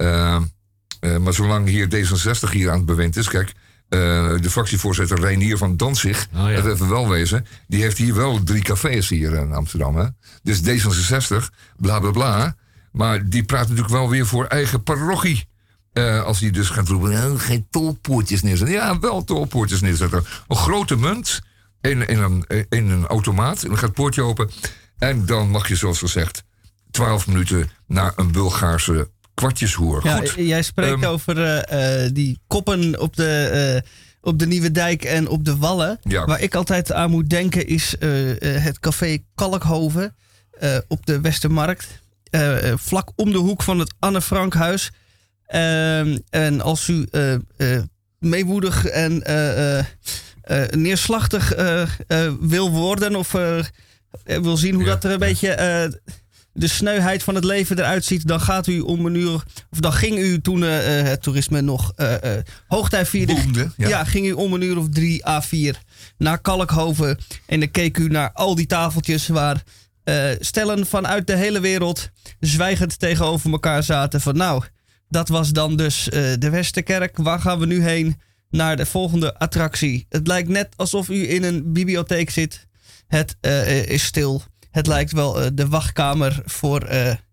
Maar zolang hier D66 hier aan het bewind is, kijk, de fractievoorzitter Reinier van Danzig, dat even wel wezen, die heeft hier wel 3 cafés hier in Amsterdam. Hè? Dus D66, bla bla bla. Maar die praat natuurlijk wel weer voor eigen parochie. Als die dus gaat roepen, geen tolpoortjes neerzetten. Ja, wel tolpoortjes neerzetten. Een grote munt in een automaat. En dan gaat het poortje open. En dan mag je, zoals gezegd, 12 minuten naar een Bulgaarse kwartjeshoer. Ja, goed. jij spreekt over die koppen op de Nieuwe Dijk en op de Wallen. Ja. Waar ik altijd aan moet denken is het café Kalkhoven op de Westermarkt. Vlak om de hoek van het Anne Frankhuis. En als u meemoedig en neerslachtig wil worden of wil zien hoe dat er een beetje de sneuheid van het leven eruit ziet, dan gaat u om een uur, of dan ging u toen het toerisme nog hoogtij vierde. Boemde, ja. Ging u om een uur of 3 à 4 naar Kalkhoven en dan keek u naar al die tafeltjes waar stellen vanuit de hele wereld zwijgend tegenover elkaar zaten van nou, dat was dan dus de Westerkerk. Waar gaan we nu heen? Naar de volgende attractie. Het lijkt net alsof u in een bibliotheek zit. Het is stil. Het lijkt wel de wachtkamer voor...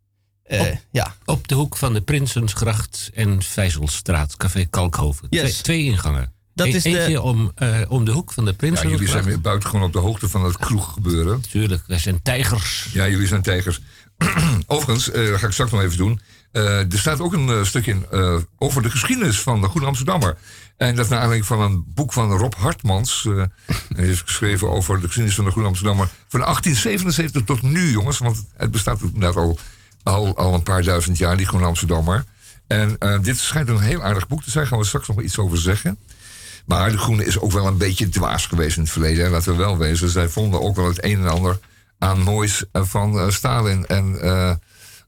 Op de hoek van de Prinsensgracht en Vijzelstraat, café Kalkhoven. Yes. 2 ingangen. Dat is Eentje om de hoek van de Ja, Prinsensgracht. jullie zijn buitengewoon op de hoogte van het kroeggebeuren. Tuurlijk, wij zijn tijgers. Ja, jullie zijn tijgers. Overigens, dat ga ik straks nog even doen. Er staat ook een stukje over de geschiedenis van de Goede Amsterdammer. En dat naar aanleiding van een boek van Rob Hartmans. Hij heeft geschreven over de geschiedenis van de Goede Amsterdammer. Van 1877 tot nu, jongens. Want het bestaat inderdaad al een paar duizend jaar, die Goede Amsterdammer. En dit schijnt een heel aardig boek te zijn. Daar gaan we straks nog iets over zeggen. Maar de Groene is ook wel een beetje dwaas geweest in het verleden. Hè? Laten we wel wezen. Zij vonden ook wel het een en ander aan moois van Stalin en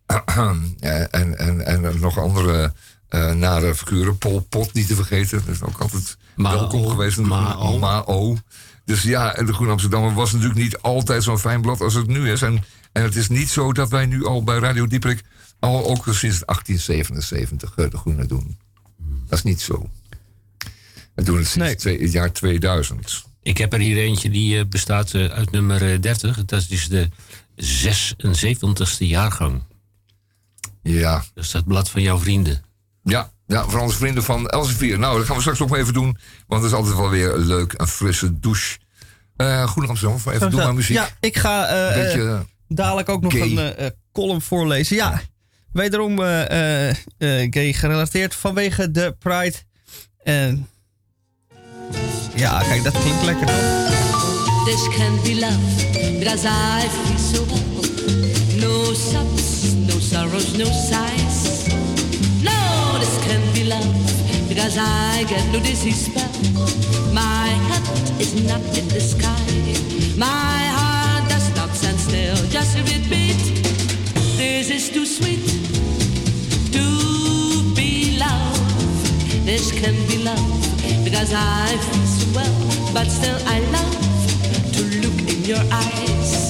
nog andere nare figuren. Pol Pot niet te vergeten. Dat is ook altijd welkom geweest. Mao. Dus ja, de Groene Amsterdammer was natuurlijk niet altijd zo'n fijn blad als het nu is. En het is niet zo dat wij nu al bij Radio Dieprik al ook sinds 1877 de Groene doen. Dat is niet zo. We doen het sinds het jaar 2000. Ik heb er hier eentje die bestaat uit nummer 30. Dat is de 76e jaargang. Ja. Dat is het blad van jouw vrienden. Ja, voor onze vrienden van Elsevier. Nou, dat gaan we straks nog maar even doen. Want het is altijd wel weer leuk, een frisse douche. Goed Amsterdam, even doen aan muziek. Ja, ik ga dadelijk ook nog een column voorlezen. Ja, wederom gay gerelateerd vanwege de Pride. Ja, kijk, dat klinkt lekker toch? This can be love, because I feel so well. No sobs, no sorrows, no sighs. No, this can be love, because I get no dizzy spell. My head is not in the sky. My heart does not stand still, just a bit beat. This is too sweet to be loved. This can be love, because I feel so well. But still I love to look in your eyes.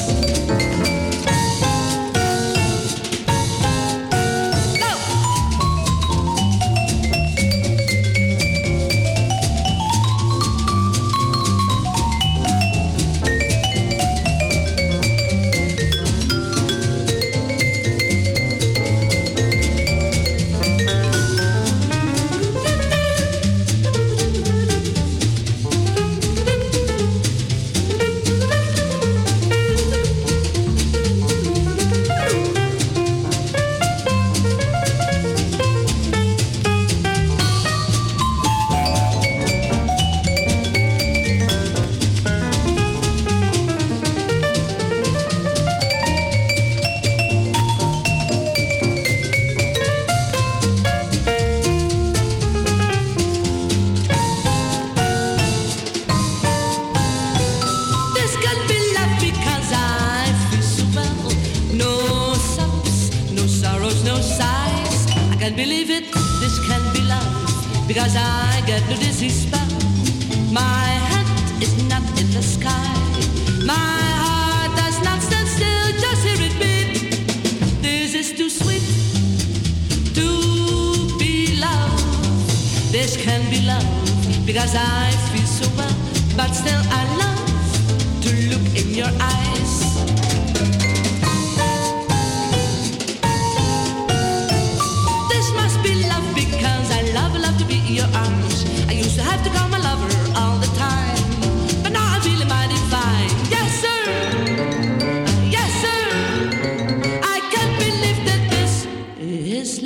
Because I get no dizzy spell. My head is not in the sky. My heart does not stand still, just hear it beat. This is too sweet to be loved. This can be love, because I feel so well. But still I love to look in your eyes. This must be love, because I love to be in your arms. I used to have to call my lover all the time, but now I'm feeling mighty fine. Yes sir, yes sir, I can't believe that this is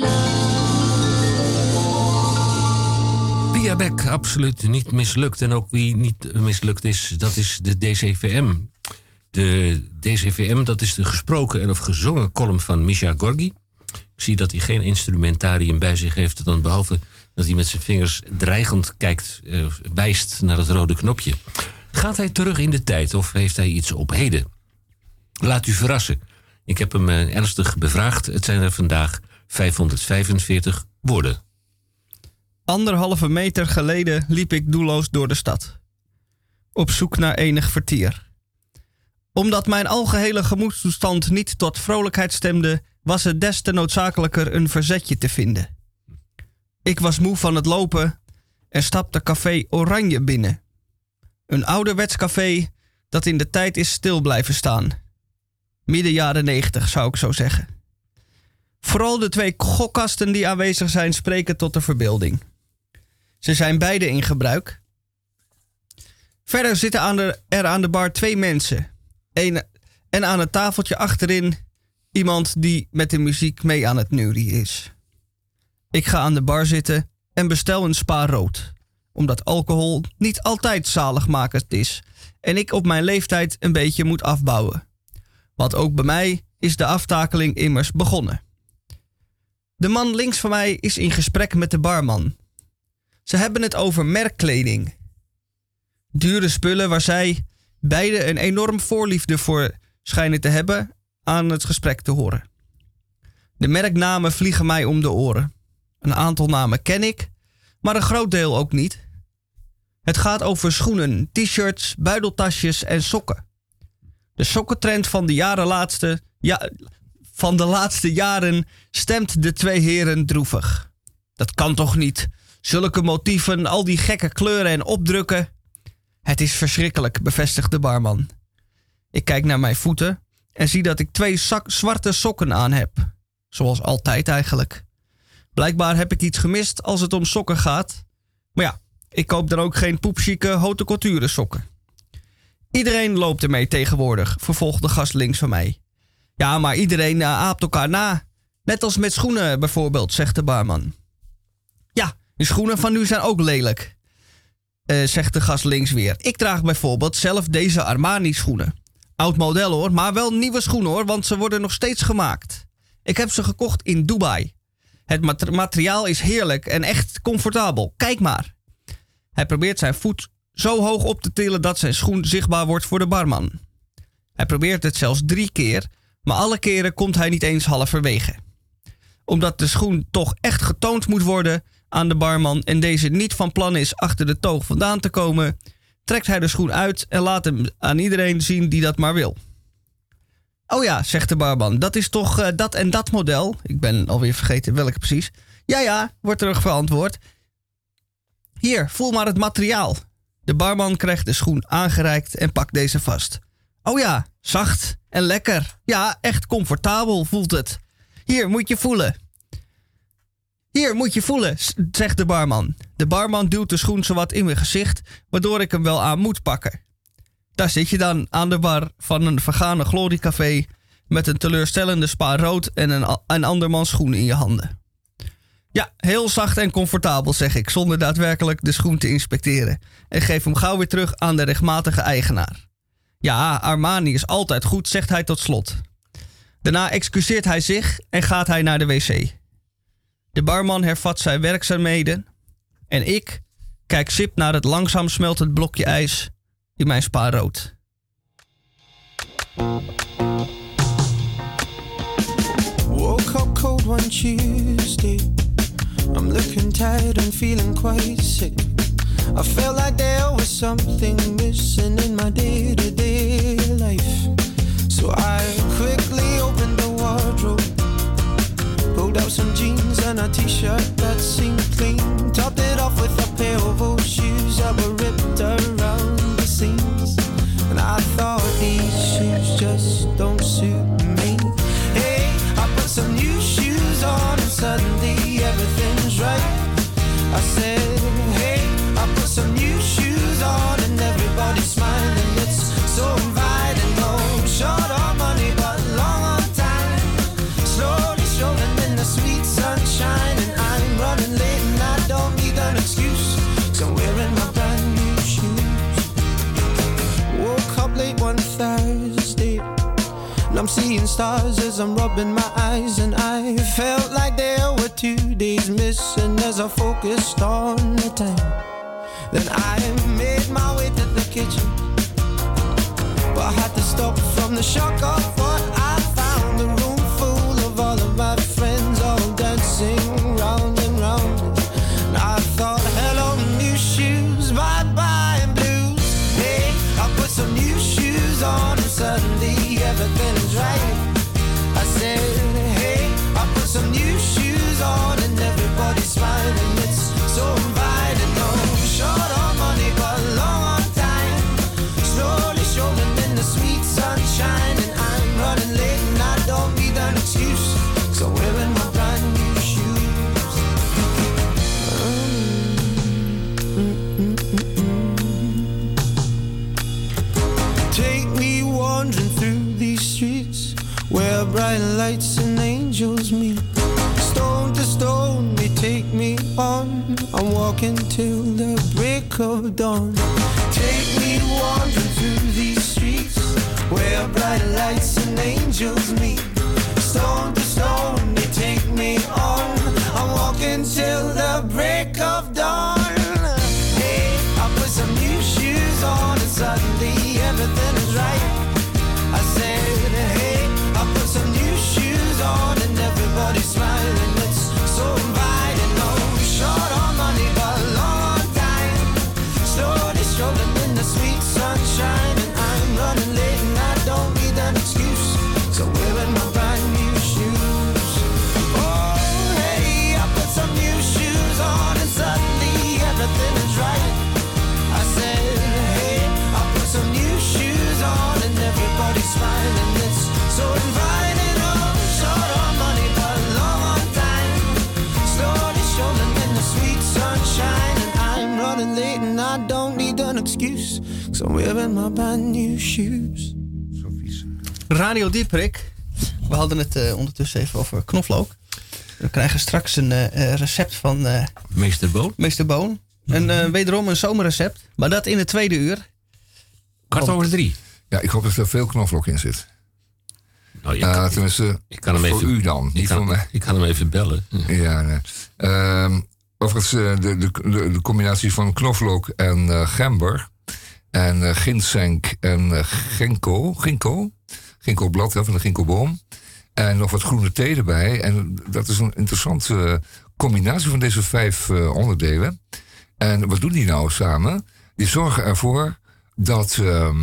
love. Pia Beck, absoluut niet mislukt. En ook wie niet mislukt is, dat is de DCVM. De DCVM, dat is de gesproken en of gezongen column van Misha Gorgi. Ik zie dat hij geen instrumentarium bij zich heeft, dan behalve dat hij met zijn vingers dreigend kijkt, wijst naar het rode knopje. Gaat hij terug in de tijd of heeft hij iets op heden? Laat u verrassen. Ik heb hem ernstig bevraagd. Het zijn er vandaag 545 woorden. 1,5 meter geleden liep ik doelloos door de stad. Op zoek naar enig vertier. Omdat mijn algehele gemoedstoestand niet tot vrolijkheid stemde, was het des te noodzakelijker een verzetje te vinden. Ik was moe van het lopen en stapte café Oranje binnen. Een ouderwets café dat in de tijd is stil blijven staan. Midden jaren 90 zou ik zo zeggen. Vooral de 2 gokkasten die aanwezig zijn spreken tot de verbeelding. Ze zijn beide in gebruik. Verder zitten er aan de bar 2 mensen. En aan het tafeltje achterin iemand die met de muziek mee aan het neurien is. Ik ga aan de bar zitten en bestel een spa rood. Omdat alcohol niet altijd zaligmakend is. En ik op mijn leeftijd een beetje moet afbouwen. Want ook bij mij is de aftakeling immers begonnen. De man links van mij is in gesprek met de barman. Ze hebben het over merkkleding. Dure spullen waar zij beide een enorm voorliefde voor schijnen te hebben aan het gesprek te horen. De merknamen vliegen mij om de oren. Een aantal namen ken ik, maar een groot deel ook niet. Het gaat over schoenen, t-shirts, buideltasjes en sokken. De sokkentrend van de laatste jaren stemt de 2 heren droevig. Dat kan toch niet? Zulke motieven, al die gekke kleuren en opdrukken. Het is verschrikkelijk, bevestigt de barman. Ik kijk naar mijn voeten en zie dat ik 2 zwarte sokken aan heb. Zoals altijd eigenlijk. Blijkbaar heb ik iets gemist als het om sokken gaat. Maar ja, ik koop dan ook geen poepchique haute couture sokken. Iedereen loopt ermee tegenwoordig, vervolgt de gast links van mij. Ja, maar iedereen aapt elkaar na. Net als met schoenen bijvoorbeeld, zegt de barman. Ja, de schoenen van nu zijn ook lelijk, zegt de gast links weer. Ik draag bijvoorbeeld zelf deze Armani schoenen. Oud model hoor, maar wel nieuwe schoenen hoor, want ze worden nog steeds gemaakt. Ik heb ze gekocht in Dubai. Het materiaal is heerlijk en echt comfortabel. Kijk maar. Hij probeert zijn voet zo hoog op te tillen dat zijn schoen zichtbaar wordt voor de barman. Hij probeert het zelfs 3 keer, maar alle keren komt hij niet eens halverwege. Omdat de schoen toch echt getoond moet worden aan de barman en deze niet van plan is achter de toog vandaan te komen, trekt hij de schoen uit en laat hem aan iedereen zien die dat maar wil. Oh ja, zegt de barman, dat is toch dat en dat model? Ik ben alweer vergeten welke precies. Ja, wordt terug verantwoord. Hier, voel maar het materiaal. De barman krijgt de schoen aangereikt en pakt deze vast. Oh ja, zacht en lekker. Ja, echt comfortabel voelt het. Hier, moet je voelen. Hier, moet je voelen, zegt de barman. De barman duwt de schoen zowat in mijn gezicht, waardoor ik hem wel aan moet pakken. Daar zit je dan aan de bar van een vergane gloriecafé met een teleurstellende spa rood en een andermans schoen in je handen. Ja, heel zacht en comfortabel, zeg ik, zonder daadwerkelijk de schoen te inspecteren. En geef hem gauw weer terug aan de rechtmatige eigenaar. Ja, Armani is altijd goed, zegt hij tot slot. Daarna excuseert hij zich en gaat hij naar de wc. De barman hervat zijn werkzaamheden en ik kijk sip naar het langzaam smeltend blokje ijs in mijn spa rood. Woke up cold one Tuesday. I'm looking tired and feeling quite sick. I felt like there was something missing in my day-to-day life. So I quickly opened the wardrobe, pulled out some jeans and a t-shirt that seemed clean, topped it off with a pair of old shoes that were ripped around the seams. And I thought these shoes just don't suit me. Hey, I put some new shoes on and suddenly everything's right. I said, hey, I put some new shoes on and everybody's smiling. It's so inviting, no short on money but long on time. Slowly strolling in the sweet sunshine and I'm running late and I don't need an excuse, 'cause I'm wearing my brand new shoes. Woke up late one Thursday and I'm seeing stars as I'm rubbing my eyes, and I felt like there were 2 days missing as I focused on the time. Then I made my way to the kitchen, but I had to stop from the shock of what I found. A room full of all of my friends all dancing round and round. And I thought, hello new shoes, bye bye and blues. Hey, I put some new shoes on and suddenly everything's right. I said, hey, I put some new shoes on and everybody's smiling. It's so inviting, no short on money but long on time. Slowly strolling in the sweet sunshine and I'm running late and I don't need an excuse, 'cause I'm wearing my brand new shoes. Take me wandering through these streets where bright lights and angels meet. Stone to stone they take me on. I'm walking till the break of dawn. Take me wandering through these streets where bright lights and angels meet. Stone to stone they take me on. I'm walking till the break of dawn. Hey, I put some new shoes on and suddenly everything is right. I said, hey, I put some new shoes on and everybody's smiling. It's so inviting, no short on money but long on time. Slowly strolling in the sweet sunshine and I'm running late and I don't need an excuse, 'cause I'm wearing my excuse. So I'm wearing my brand new shoes. Zo vies. Radio Dieprik. We hadden het ondertussen even over knoflook. We krijgen straks een recept van Meester Boon. Meester Boon. Wederom een zomerrecept. Maar dat in het tweede uur. 3:15. Ja, ik hoop dat er veel knoflook in zit. Nou, tenminste, ik kan hem voor even, u dan, niet voor mij. Ik kan hem even bellen. Ja, nee. Overigens, de combinatie van knoflook en gember en ginseng en ginkgoblad van de ginkgoboom en nog wat groene thee erbij. En dat is een interessante combinatie van deze 5 onderdelen. En wat doen die nou samen? Die zorgen ervoor dat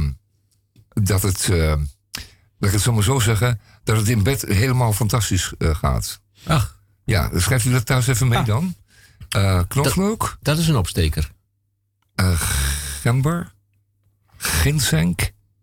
het, laat ik het zo maar zo zeggen, dat het in bed helemaal fantastisch gaat. Ach. Ja, dus schrijft u dat thuis even mee dan. Knoflook. Dat is een opsteker. Gember. Ginseng.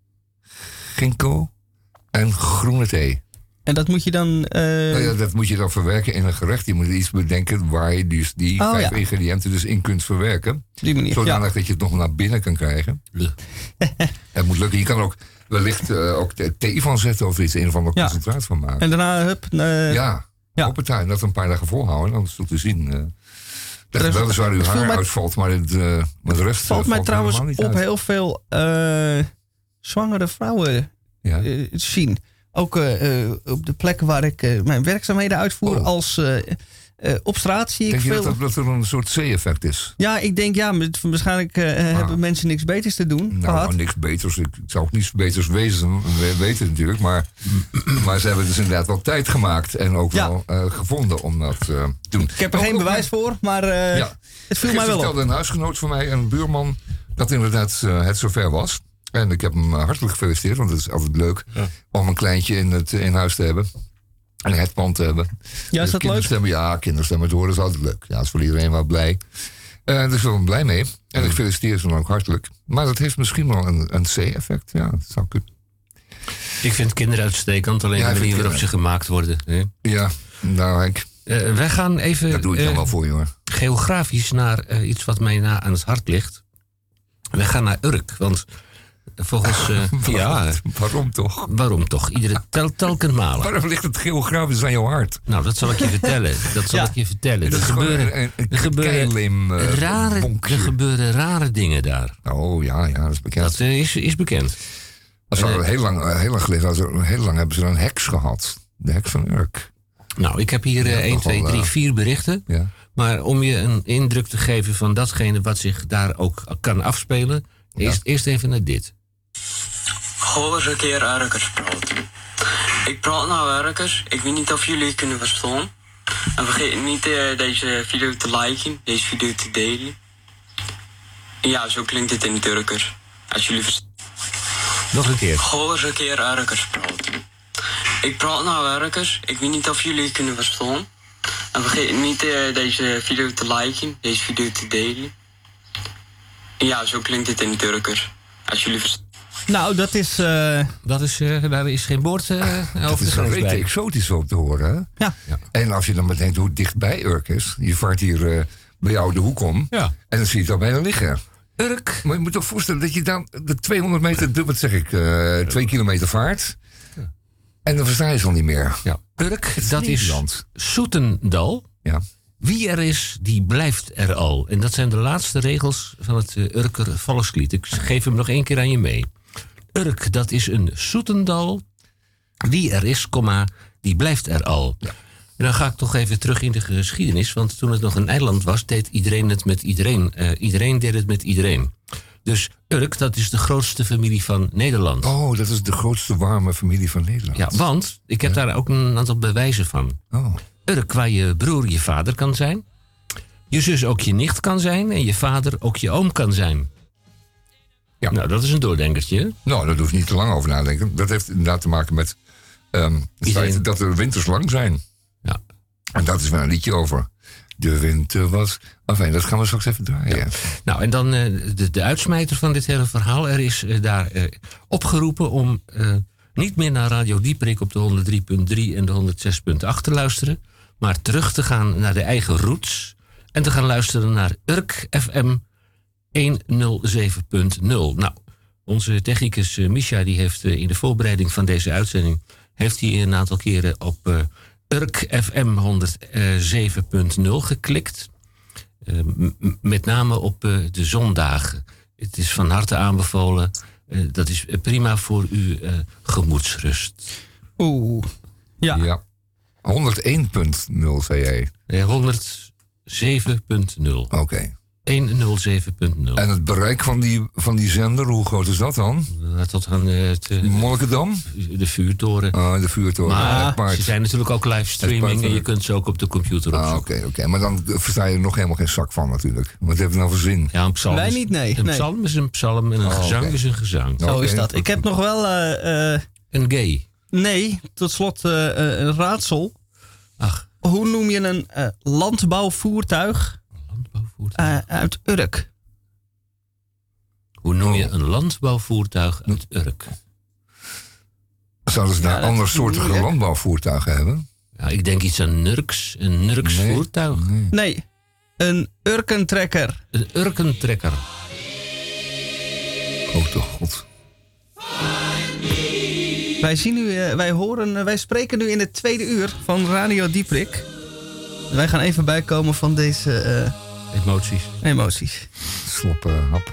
Ginkgo. En groene thee. En dat moet je dan... Nou ja, dat moet je dan verwerken in een gerecht. Je moet iets bedenken waar je dus die 5 ingrediënten dus in kunt verwerken. Die manier, zodanig dat je het nog naar binnen kan krijgen. Het moet lukken. Je kan ook wellicht ook thee van zetten of iets. Een of ander concentraat van maken. En daarna hup... op het tuin. Dat een paar dagen volhouden. Dan is het te zien... Dat wel eens waar uw haar uitvalt, maar de rest valt mij trouwens op uit. heel veel zwangere vrouwen zien. Ook op de plekken waar ik mijn werkzaamheden uitvoer als op straat zie ik veel... Denk je dat er een soort C-effect is? Ja, ik denk waarschijnlijk hebben mensen niks beters te doen. Nou, niks beters. Ik zou ook niets beters weten natuurlijk. Maar ze hebben dus inderdaad wel tijd gemaakt en ook wel gevonden om dat te doen. Ik heb er geen bewijs voor, maar het viel mij wel op. Ik vertelde een huisgenoot van mij, een buurman, dat inderdaad het zover was. En ik heb hem hartelijk gefeliciteerd, want het is altijd leuk om een kleintje in huis te hebben. En het pand te hebben. Ja, is dat leuk? Ja, kinderstemmen te horen is altijd leuk. Ja, dat is voor iedereen wel blij. Dus ik ben blij mee. En ik feliciteer ze dan ook hartelijk. Maar dat heeft misschien wel een C-effect. Ja, dat zou kunnen. Ik vind kinderen uitstekend, alleen de manier waarop ze gemaakt worden. Hè? Ja, nou Henk. Wij gaan even... Dat doe ik dan wel voor je hoor. Geografisch naar iets wat mij na aan het hart ligt. Wij gaan naar Urk, want... Volgens, waarom toch? Waarom toch? Iedere telkens malen. Waarom ligt het geografisch aan jouw hart? Nou, dat zal ik je vertellen. Er gebeuren rare dingen daar. Oh ja, dat is bekend. Dat is bekend. Heel lang geleden, heel lang hebben ze een heks gehad. De heks van Urk. Nou, ik heb hier 1, 2, 3, 4 berichten. Ja. Maar om je een indruk te geven van datgene wat zich daar ook kan afspelen... Eerst even naar dit. Hoor eens een keer Urkers praten. Ik praat naar Urkers. Ik weet niet of jullie kunnen verstaan. En vergeet niet deze video te liken, deze video te delen. Ja, zo klinkt het in het Urkers. Als jullie verstaan. Nog een keer. Hoor eens een keer Urkers praten. Ik praat naar Urkers. Ik weet niet of jullie kunnen verstaan. En vergeet niet deze video te liken, deze video te delen. Ja, zo klinkt het in het Urkers. Als jullie verstaan. Nou, dat is... daar is geen woord over te grens bij. Exotisch om te horen, hè? Ja. En als je dan bedenkt hoe dichtbij Urk is. Je vaart hier bij jou de hoek om. Ja. En dan zie je het al bijna liggen. Urk. Maar je moet toch voorstellen dat je dan de 200 meter, 2 kilometer vaart. Ja. En dan versta je ze al niet meer. Ja. Urk, dat is Soetendal. Ja. Wie er is, die blijft er al. En dat zijn de laatste regels van het Urker volkslied. Ik geef hem nog 1 keer aan je mee. Urk, dat is een Soetendal. Wie er is, die blijft er al. Ja. En dan ga ik toch even terug in de geschiedenis. Want toen het nog een eiland was, deed iedereen het met iedereen. Iedereen deed het met iedereen. Dus Urk, dat is de grootste familie van Nederland. Oh, dat is de grootste warme familie van Nederland. Ja, want ik heb daar ook een aantal bewijzen van. Oh. Urk, waar je broer je vader kan zijn. Je zus ook je nicht kan zijn. En je vader ook je oom kan zijn. Ja. Nou, dat is een doordenkertje. Nou, daar hoef je niet te lang over nadenken. Dat heeft inderdaad te maken met het feit dat de winters lang zijn. Ja. En dat is wel een liedje over. De winter was... Enfin, dat gaan we straks even draaien. Ja. Nou, en dan de uitsmijter van dit hele verhaal. Er is daar opgeroepen om niet meer naar Radio Dieprik op de 103.3 en de 106.8 te luisteren. Maar terug te gaan naar de eigen roots. En te gaan luisteren naar Urk FM 107.0. Nou, onze technicus Misha die heeft in de voorbereiding van deze uitzending heeft hij een aantal keren op Urk FM 107.0 geklikt. Met name op de zondagen. Het is van harte aanbevolen. Dat is prima voor uw gemoedsrust. Oeh. Ja. 101.0 zei jij? 107.0. Oké. 107.0. En het bereik van die zender, hoe groot is dat dan? Tot aan Monnikendam? De vuurtoren. De vuurtoren. Maar ze zijn natuurlijk ook livestreaming en je kunt ze ook op de computer opzoeken. Oké. Maar dan versta je er nog helemaal geen zak van natuurlijk. Wat heeft het nou voor zin? Ja, een psalm. Wij niet, nee. Een psalm is een psalm en een gezang is een gezang. Zo is dat. Ik heb nog wel... een gay. Nee, tot slot een raadsel. Ach. Hoe noem je een landbouwvoertuig uit Urk? Hoe noem je een landbouwvoertuig uit Urk? Zouden ze daar andersoortige landbouwvoertuigen hebben? Ja, ik denk iets aan Nurks. Een Nurks voertuig. Nee, een urkentrekker. Een urkentrekker. Oh, toch god. Wij spreken nu in het tweede uur van Radio Dieprik. Wij gaan even bijkomen van deze emoties. Sloppen, hap.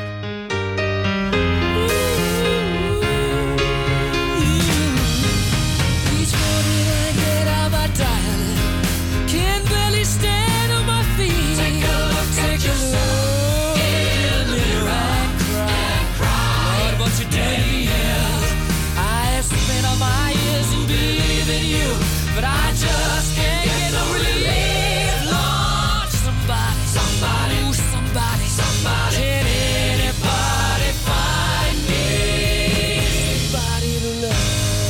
But I just can't get no relief. Lord, somebody, ooh, somebody, can anybody find me somebody to love?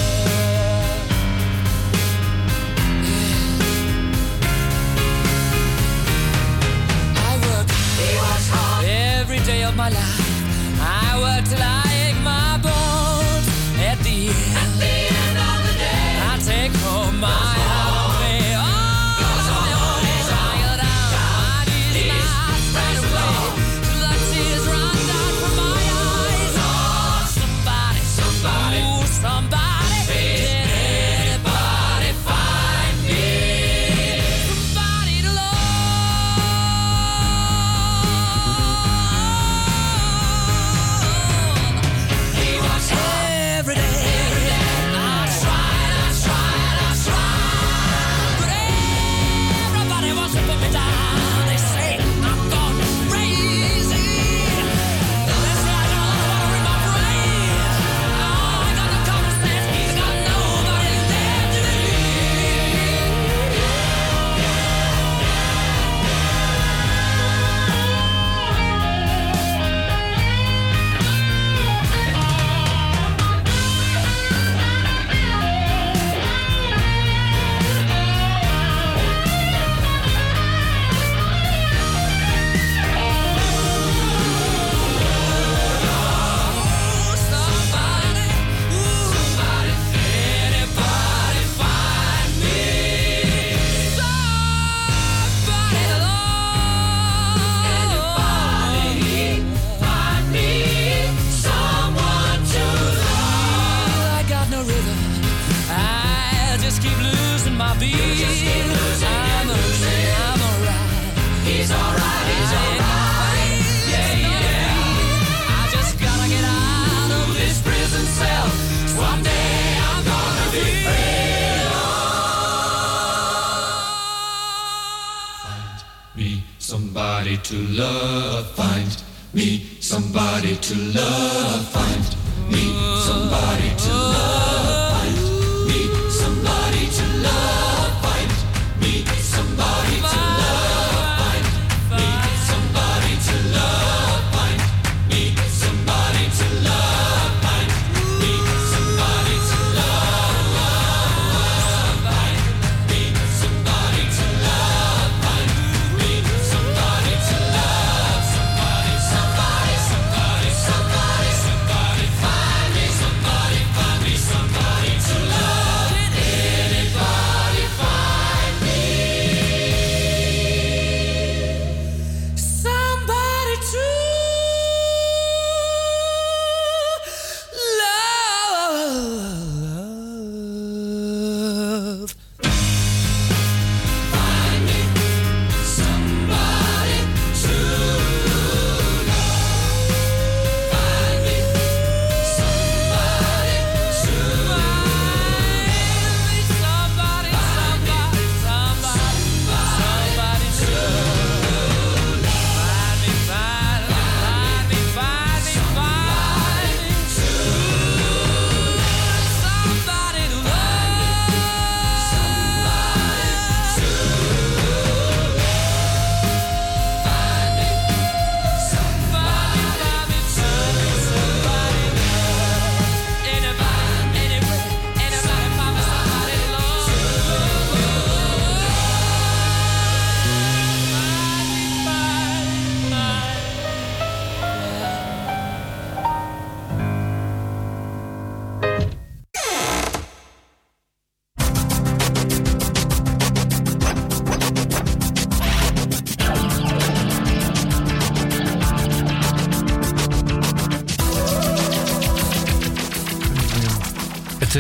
Yeah. I work hard every day of my life. I work till I ache my bones. At the end of the day, I take home my holiday. Oh, tired out, my knees right away. Till the tears run down from my eyes. Oh, somebody, ooh, somebody, can anybody find me somebody to love? He works every day. Somebody to love, find me somebody to love, find me somebody to love, find me somebody to love, find me somebody to love, find me somebody to love, find me somebody to love, find me somebody to love, find me somebody to love, find me somebody to love, somebody, somebody, somebody, somebody, somebody.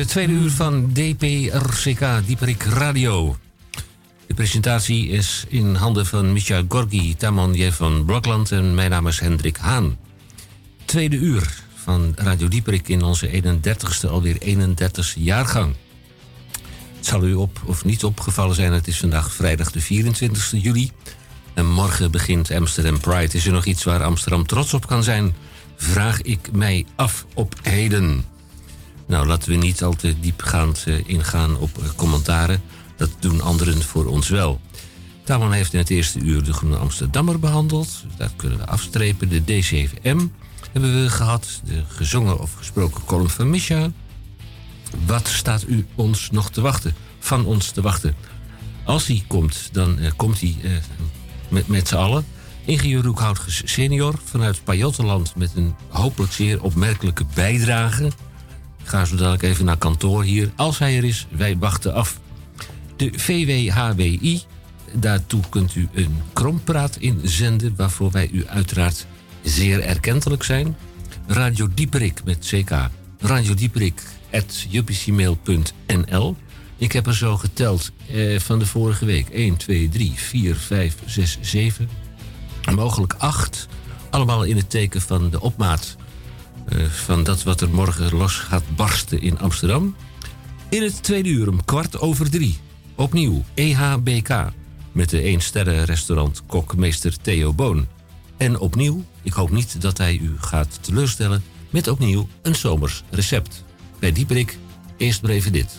tweede uur van DPRCK, Dieperik Radio. De presentatie is in handen van Misha Gorgi, Tamon van Blokland en mijn naam is Hendrik Haan. Tweede uur van Radio Dieperik in onze 31ste, alweer 31ste jaargang. Het zal u op of niet opgevallen zijn, het is vandaag vrijdag de 24ste juli. En morgen begint Amsterdam Pride. Is er nog iets waar Amsterdam trots op kan zijn? Vraag ik mij af op heden. Nou, laten we niet al te diepgaand ingaan op commentaren. Dat doen anderen voor ons wel. Tamon heeft in het eerste uur de Groene Amsterdammer behandeld. Dat kunnen we afstrepen. De D7M hebben we gehad. De gezongen of gesproken column van Misha. Wat staat u ons nog te wachten? Van ons te wachten? Als hij komt, dan komt hij met z'n allen. Ingenieur Roekhout senior vanuit Pajottenland met een hopelijk zeer opmerkelijke bijdrage. Ik ga zo dadelijk even naar kantoor hier. Als hij er is, wij wachten af. De VWHWI, daartoe kunt u een krompraat inzenden, waarvoor wij u uiteraard zeer erkentelijk zijn. Radio Dieperik met CK. Radio Dieperik@juppiesiemail.nl. Ik heb er zo geteld van de vorige week. 1, 2, 3, 4, 5, 6, 7. Mogelijk 8. Allemaal in het teken van de opmaat van dat wat er morgen los gaat barsten in Amsterdam. In het tweede uur om 2:15. Opnieuw EHBK met de 1-sterren restaurant kokmeester Theo Boon. En opnieuw, ik hoop niet dat hij u gaat teleurstellen, met opnieuw een zomers recept. Bij Dieperik, eerst maar even dit.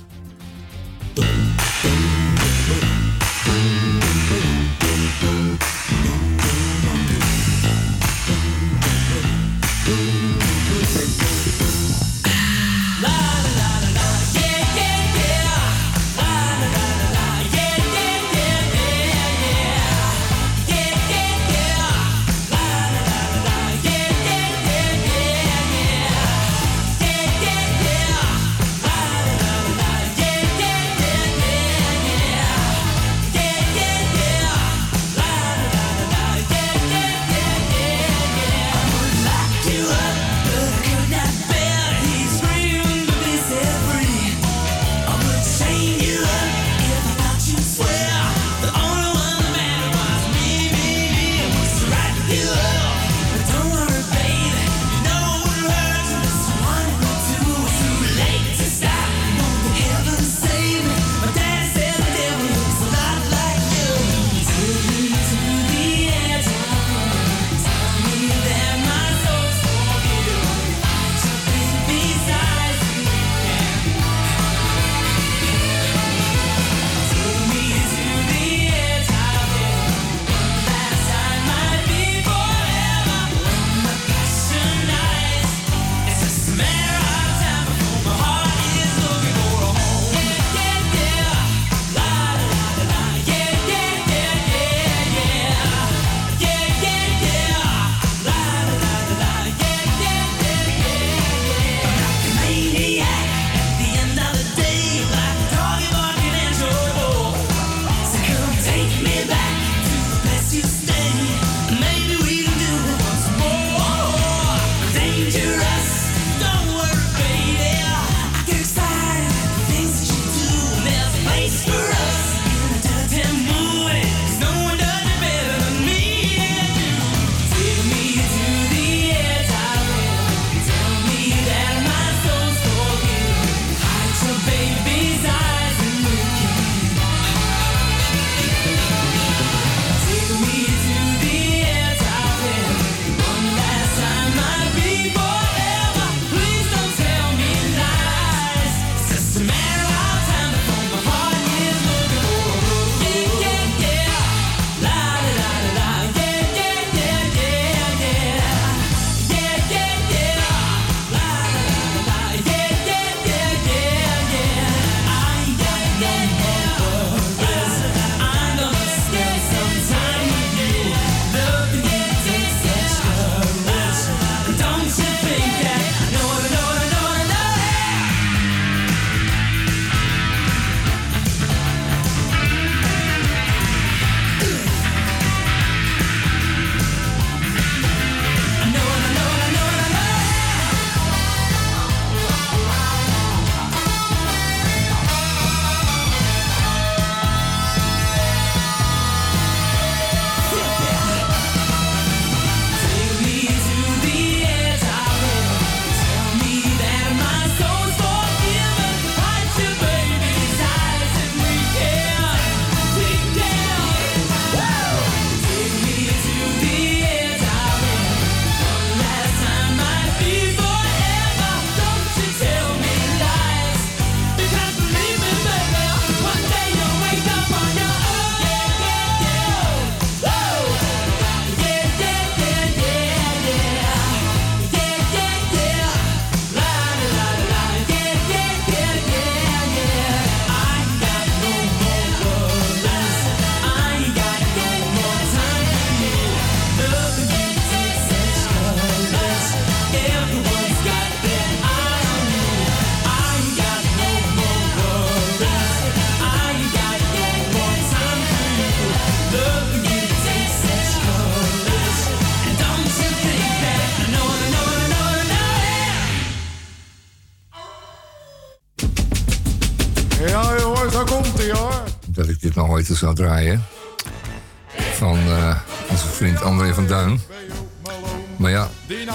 dat ik dit nou ooit eens zou draaien. Van onze vriend André van Duin. Maar ja,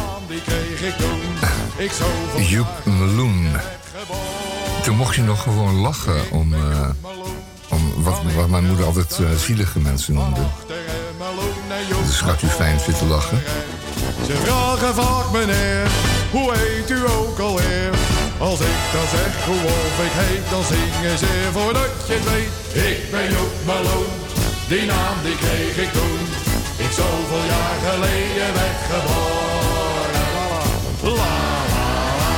Joep Meloen. Toen mocht je nog gewoon lachen om wat mijn moeder altijd zielige mensen noemde. Dus gaat u fijn zitten lachen. Ze vragen vaak meneer, hoe heet u ook alweer? Als ik dan zeg hoe of ik heet, dan zingen ze voordat je het weet. Ik ben Joep Meloen, die naam die kreeg ik toen ik zoveel jaar geleden werd geboren. La la la.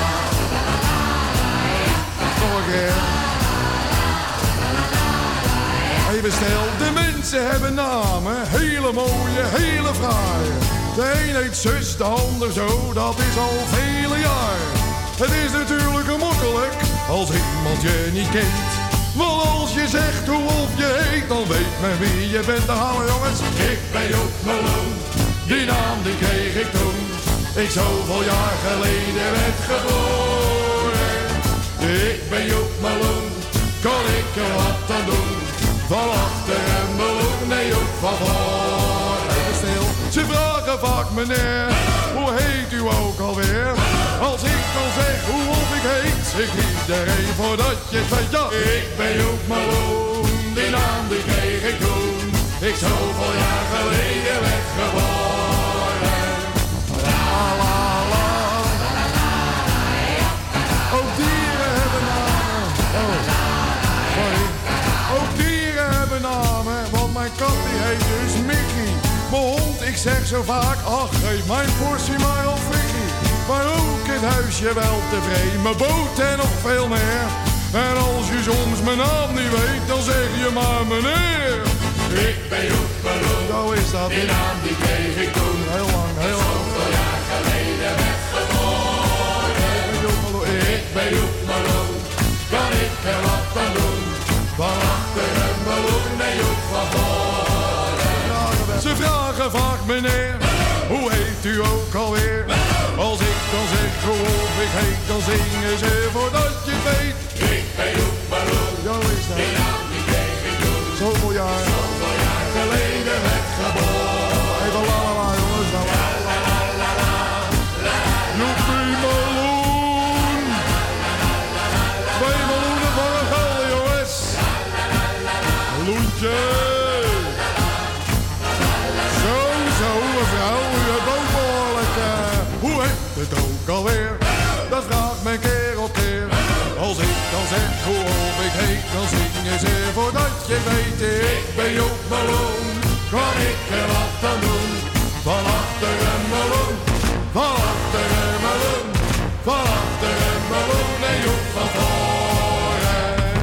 Nog een keer. Even stil, de mensen hebben namen, hele mooie, hele fraaie. De een heet zus, de ander zo, dat is al vele jaren. Het is natuurlijk gemakkelijk als iemand je niet kent. Want als je zegt hoe of je heet, dan weet men wie je bent. Dan gaan we jongens. Ik ben Joep Meloen, die naam die kreeg ik toen ik zoveel jaar geleden werd geboren. Ik ben Joep Meloen, kan ik er wat aan doen? Van achter een meloen, nee Joep van voor. Even stil. Ze vragen vaak meneer, hoe heet u ook alweer? Als ik dan zeg hoe of ik heet, zegt iedereen voordat je het weet. Ja, ik ben Joep Meloen, die naam die kreeg ik toen ik zoveel jaar geleden werd geboren. La la la. Ook dieren hebben namen. Oh, sorry. Ook dieren hebben namen, want mijn kat die heet dus Mickey. Mijn hond, ik zeg zo vaak, ach geef mijn portie maar al Vicky. Maar ook het huisje wel tevreden, mijn boot en nog veel meer. En als je soms mijn naam niet weet, dan zeg je maar meneer. Ik ben Joep Meloen, zo is dat. Die naam die kreeg ik toen heel lang, heel lang. Zoveel jaar geleden werd geboren. Ik ben Joep Meloen, kan ik er wat aan doen? Van achter een meloen, nee Joep van voren. Ze vragen vaak meneer, hoe heet u ook alweer? Als ik dan zeg hoe of ik heet, dan zingen ze voordat je het weet. Ik ben Joep Meloen, zo is dat. Die naam die kreeg ik toen zoveel jaar geleden werd geboren. Even la la la jongens, dan. La la la la la. Joepie Meloen. Twee meloenen voor een gulden jongens. Meloentje. Zo, mevrouw, u hebt ook behoorlijk. Hoe heet het ook alweer? Dat vraagt men keer op keer. Als ik dan zeg hoe of ik heet, dan zingen ze voordat je weet. Ik ben Joep Meloen, kan ik er wat aan doen? Van achter een meloen, van achter een meloen, van achter een meloen en Joep van voren.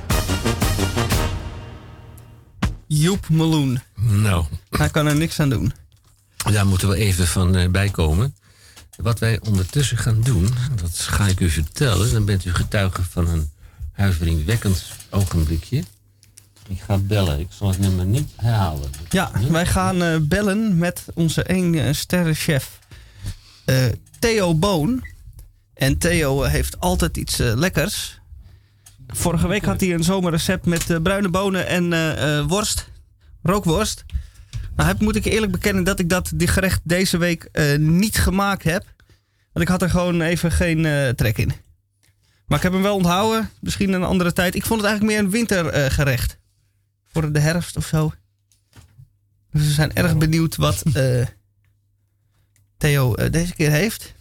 Joep Meloen. Nou. Hij kan er niks aan doen. Daar moeten we even van bijkomen. Wat wij ondertussen gaan doen, dat ga ik u vertellen. Dan bent u getuige van een huiveringwekkend ogenblikje. Ik ga bellen. Ik zal het nummer niet herhalen. Ja, wij gaan bellen met onze 1-sterrenchef Theo Boon. En Theo heeft altijd iets lekkers. Vorige week had hij een zomerrecept met bruine bonen en worst. Rookworst. Nou moet ik eerlijk bekennen dat ik die gerecht deze week niet gemaakt heb. Want ik had er gewoon even geen trek in. Maar ik heb hem wel onthouden. Misschien een andere tijd. Ik vond het eigenlijk meer een wintergerecht. Voor de herfst of zo. Dus we zijn erg benieuwd wat Theo deze keer heeft.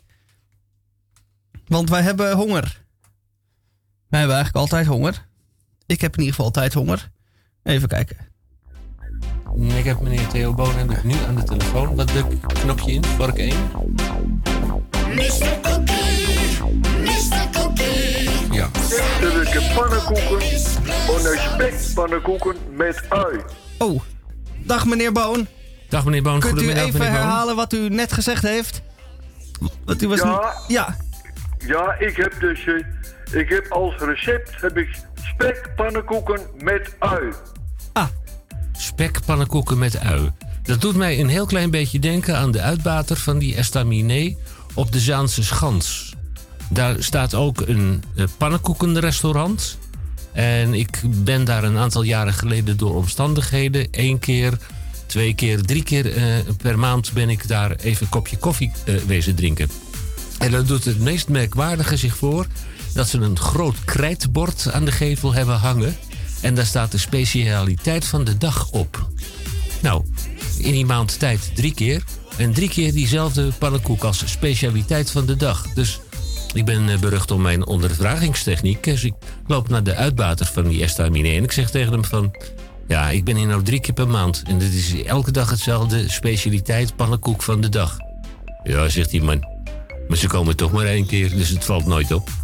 Want wij hebben honger. Wij hebben eigenlijk altijd honger. Ik heb in ieder geval altijd honger. Even kijken. Ik heb meneer Theo Boon heb ik nu aan de telefoon. Wat druk knopje in? Vork 1. Mr. Cookie, Mr. Cookie. Ja. Sterke pannenkoeken, een spekpannenkoeken met ui. Oh, dag meneer Boon. Dag meneer Boon, kunt u goedemiddag even meneer Boon. herhalen wat u net gezegd heeft? Wat u was ja. Ja, ik heb als recept spekpannenkoeken met ui. Spekpannenkoeken met ui. Dat doet mij een heel klein beetje denken aan de uitbater van die estaminet op de Zaanse Schans. Daar staat ook een pannenkoekenrestaurant. En ik ben daar een aantal jaren geleden door omstandigheden 1 keer, 2 keer, 3 keer per maand ben ik daar even een kopje koffie wezen drinken. En dan doet het meest merkwaardige zich voor dat ze een groot krijtbord aan de gevel hebben hangen. En daar staat de specialiteit van de dag op. Nou, in die maand tijd 3 keer. En 3 keer diezelfde pannenkoek als specialiteit van de dag. Dus ik ben berucht om mijn ondervragingstechniek. Dus ik loop naar de uitbater van die estaminet en ik zeg tegen hem van... Ja, ik ben hier nou 3 keer per maand. En dit is elke dag hetzelfde specialiteit pannenkoek van de dag. Ja, zegt die man. Maar ze komen toch maar 1 keer, dus het valt nooit op.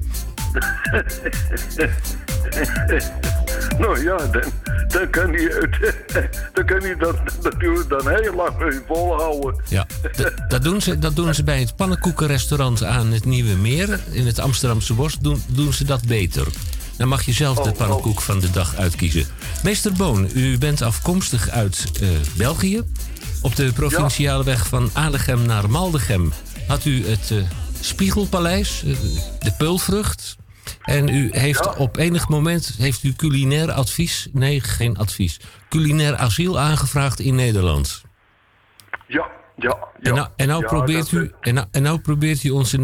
Nou ja, dan kan hij dat natuurlijk dan heel lang volhouden. Ja, dat doen ze bij het pannenkoekenrestaurant aan het Nieuwe Meer. In het Amsterdamse Bos doen ze dat beter. Dan mag je zelf de pannenkoek van de dag uitkiezen. Meester Boon, u bent afkomstig uit België. Op de provinciale weg van Aardegem naar Maldegem had u het Spiegelpaleis, de Peulvrucht. En u heeft op enig moment heeft u culinair advies... Nee, geen advies. Culinair asiel aangevraagd in Nederland. Ja. En nou probeert u onze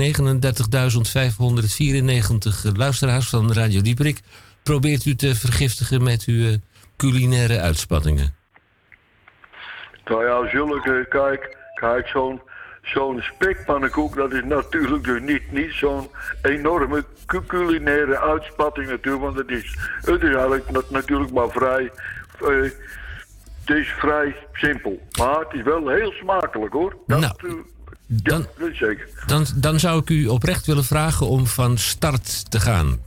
39.594 luisteraars van Radio Dieprik... probeert u te vergiftigen met uw culinaire uitspattingen. Nou ja, zulke, kijk, zo'n spekpannenkoek, dat is natuurlijk dus niet zo'n enorme culinaire uitspatting natuurlijk, want het is eigenlijk natuurlijk maar vrij, het is vrij simpel. Maar het is wel heel smakelijk hoor. Dat is zeker. Dan zou ik u oprecht willen vragen om van start te gaan.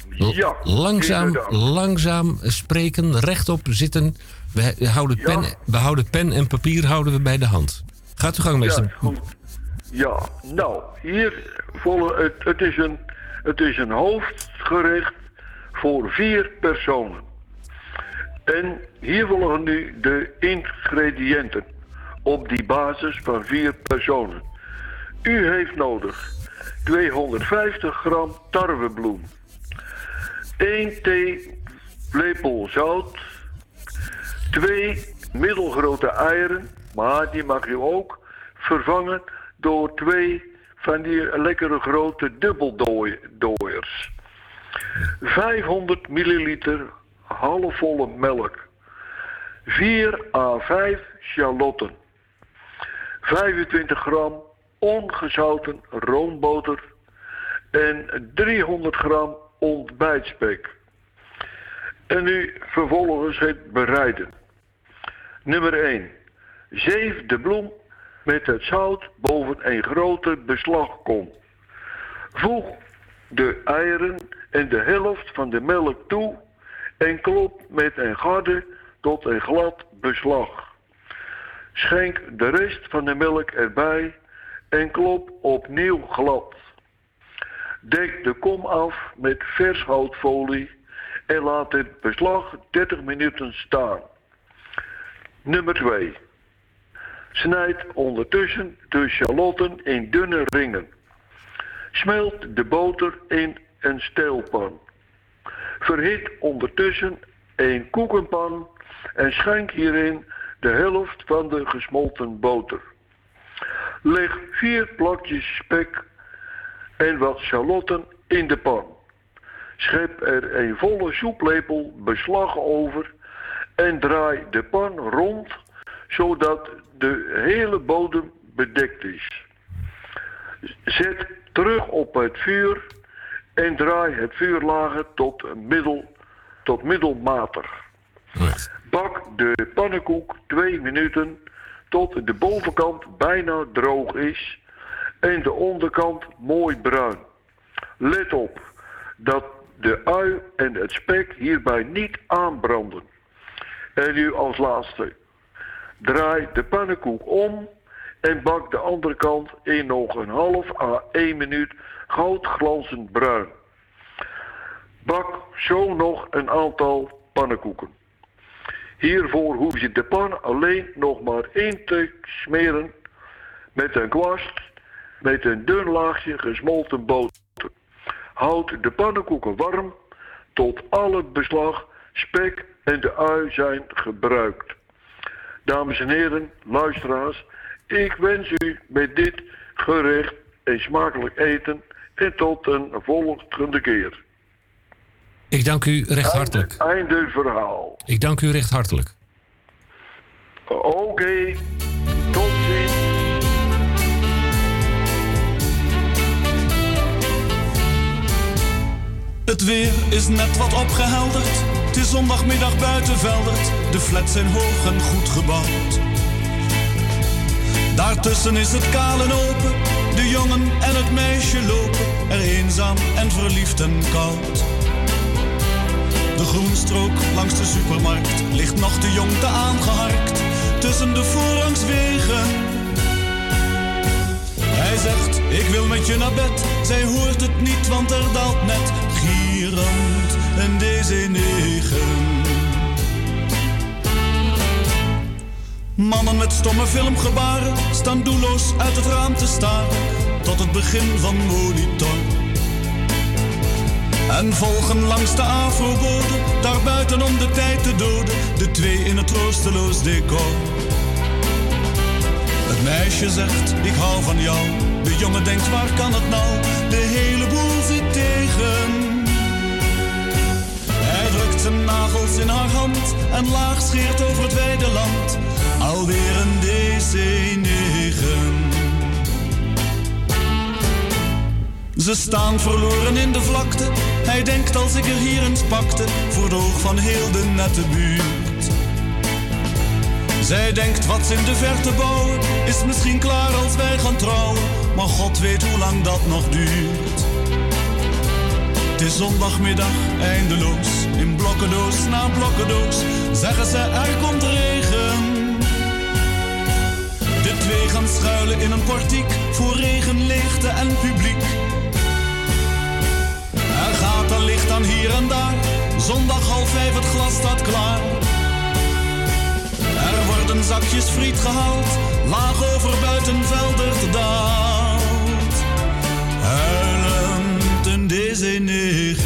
Langzaam spreken, rechtop zitten. We houden pen en papier houden we bij de hand. Gaat uw gang, meester. Ja, nou, hier volgen het is een hoofdgerecht voor 4 personen. En hier volgen nu de ingrediënten op die basis van 4 personen. U heeft nodig 250 gram tarwebloem, 1 theelepel zout, 2 middelgrote eieren, maar die mag u ook vervangen door 2 van die lekkere grote dubbeldooiers. 500 milliliter halfvolle melk. 4 à 5 shallotten. 25 gram ongezouten roomboter. En 300 gram ontbijtspek. En nu vervolgens het bereiden. Nummer 1. Zeef de bloem met het zout boven een grote beslagkom. Voeg de eieren en de helft van de melk toe en klop met een garde tot een glad beslag. Schenk de rest van de melk erbij en klop opnieuw glad. Dek de kom af met vers houtfolie en laat het beslag 30 minuten staan. Nummer 2. Snijd ondertussen de shallotten in dunne ringen. Smelt de boter in een steelpan. Verhit ondertussen een koekenpan en schenk hierin de helft van de gesmolten boter. Leg 4 plakjes spek en wat shallotten in de pan. Schep er een volle soeplepel beslag over en draai de pan rond zodat de hele bodem bedekt is. Zet terug op het vuur en draai het vuur lager tot middelmatig. Bak de pannenkoek 2 minuten tot de bovenkant bijna droog is en de onderkant mooi bruin. Let op dat de ui en het spek hierbij niet aanbranden. En nu als laatste. Draai de pannenkoek om en bak de andere kant in nog een half à 1 minuut goudglanzend bruin. Bak zo nog een aantal pannenkoeken. Hiervoor hoef je de pan alleen nog maar in te smeren met een kwast met een dun laagje gesmolten boter. Houd de pannenkoeken warm tot alle beslag, spek en de ui zijn gebruikt. Dames en heren, luisteraars, ik wens u bij dit gerecht een smakelijk eten en tot een volgende keer. Ik dank u recht hartelijk. Einde verhaal. Ik dank u recht hartelijk. Oké, tot ziens. Het weer is net wat opgehelderd. Het is zondagmiddag buiten Veldert. De flats zijn hoog en goed gebouwd. Daartussen is het kaal en open. De jongen en het meisje lopen er eenzaam en verliefd en koud. De groenstrook langs de supermarkt ligt nog te jong te aangeharkt tussen de voorrangswegen. Hij zegt, ik wil met je naar bed. Zij hoort het niet, want er daalt net gierend een DC-9. Mannen met stomme filmgebaren staan doelloos uit het raam te staren tot het begin van Monitor. En volgen langs de afrobode, daar buiten om de tijd te doden, de twee in het troosteloos decor. Het meisje zegt, ik hou van jou. De jongen denkt, waar kan het nou? De hele boel zit tegen. Hij drukt zijn nagels in haar hand en laag scheert over het wijde land. Alweer een DC-9. Ze staan verloren in de vlakte. Hij denkt, als ik er hier eens pakte, voor de oog van heel de nette buurt. Zij denkt, wat ze in de verte bouwen, is misschien klaar als wij gaan trouwen. Maar God weet hoe lang dat nog duurt. Het is zondagmiddag, eindeloos. In blokkendoos na blokkendoos zeggen ze, er komt regen. De twee gaan schuilen in een portiek voor regen, leegte en publiek. Er gaat een licht aan hier en daar. Zondag 4:30, het glas staat klaar. Er worden zakjes friet gehaald, laag over buiten Veldert daalt. Huilend een DC-9.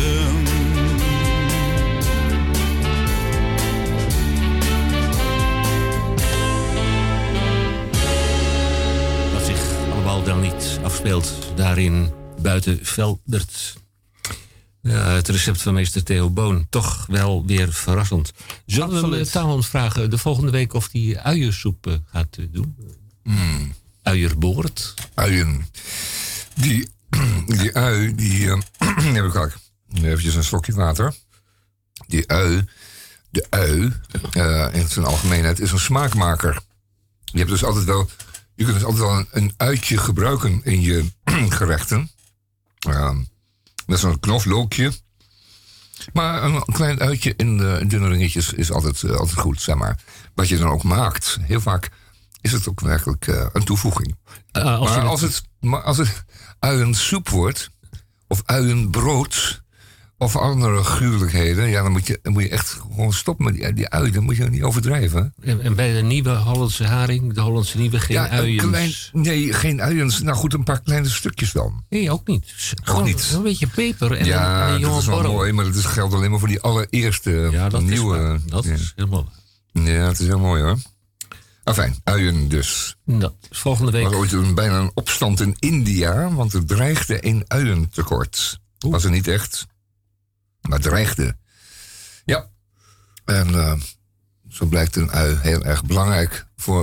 Wat zich allemaal dan niet afspeelt daarin buiten Veldert. Ja, het recept van meester Theo Boon. Toch wel weer verrassend. Zullen we Tamon vragen de volgende week of die uiensoep gaat doen? Uierboord. Uien. Die ui, die heb ik ook. Even een slokje water. De ui, in zijn algemeenheid, is een smaakmaker. Je kunt dus altijd wel een uitje gebruiken in je gerechten. Met zo'n knoflookje. Maar een klein uitje in de dunne ringetjes is altijd goed, zeg maar. Wat je dan ook maakt. Heel vaak is het ook werkelijk een toevoeging. Maar als het uiensoep wordt, of uienbrood, of andere gruwelijkheden, ja, dan moet je echt gewoon stoppen met die ui. Dan moet je niet overdrijven. En bij de nieuwe Hollandse haring, de Hollandse nieuwe, geen uiens? Nee, geen uiens. Nou goed, een paar kleine stukjes dan. Nee, ook niet. Ook niet. Een beetje peper en een dat is wel mooi, maar dat geldt alleen maar voor die allereerste nieuwe. Dat is helemaal. Ja, het is heel mooi hoor. Enfin, uien dus. Dat is volgende week. Er was ooit bijna een opstand in India, want er dreigde een uientekort. Was er niet echt, maar dreigde. Ja. En zo blijkt een ui heel erg belangrijk voor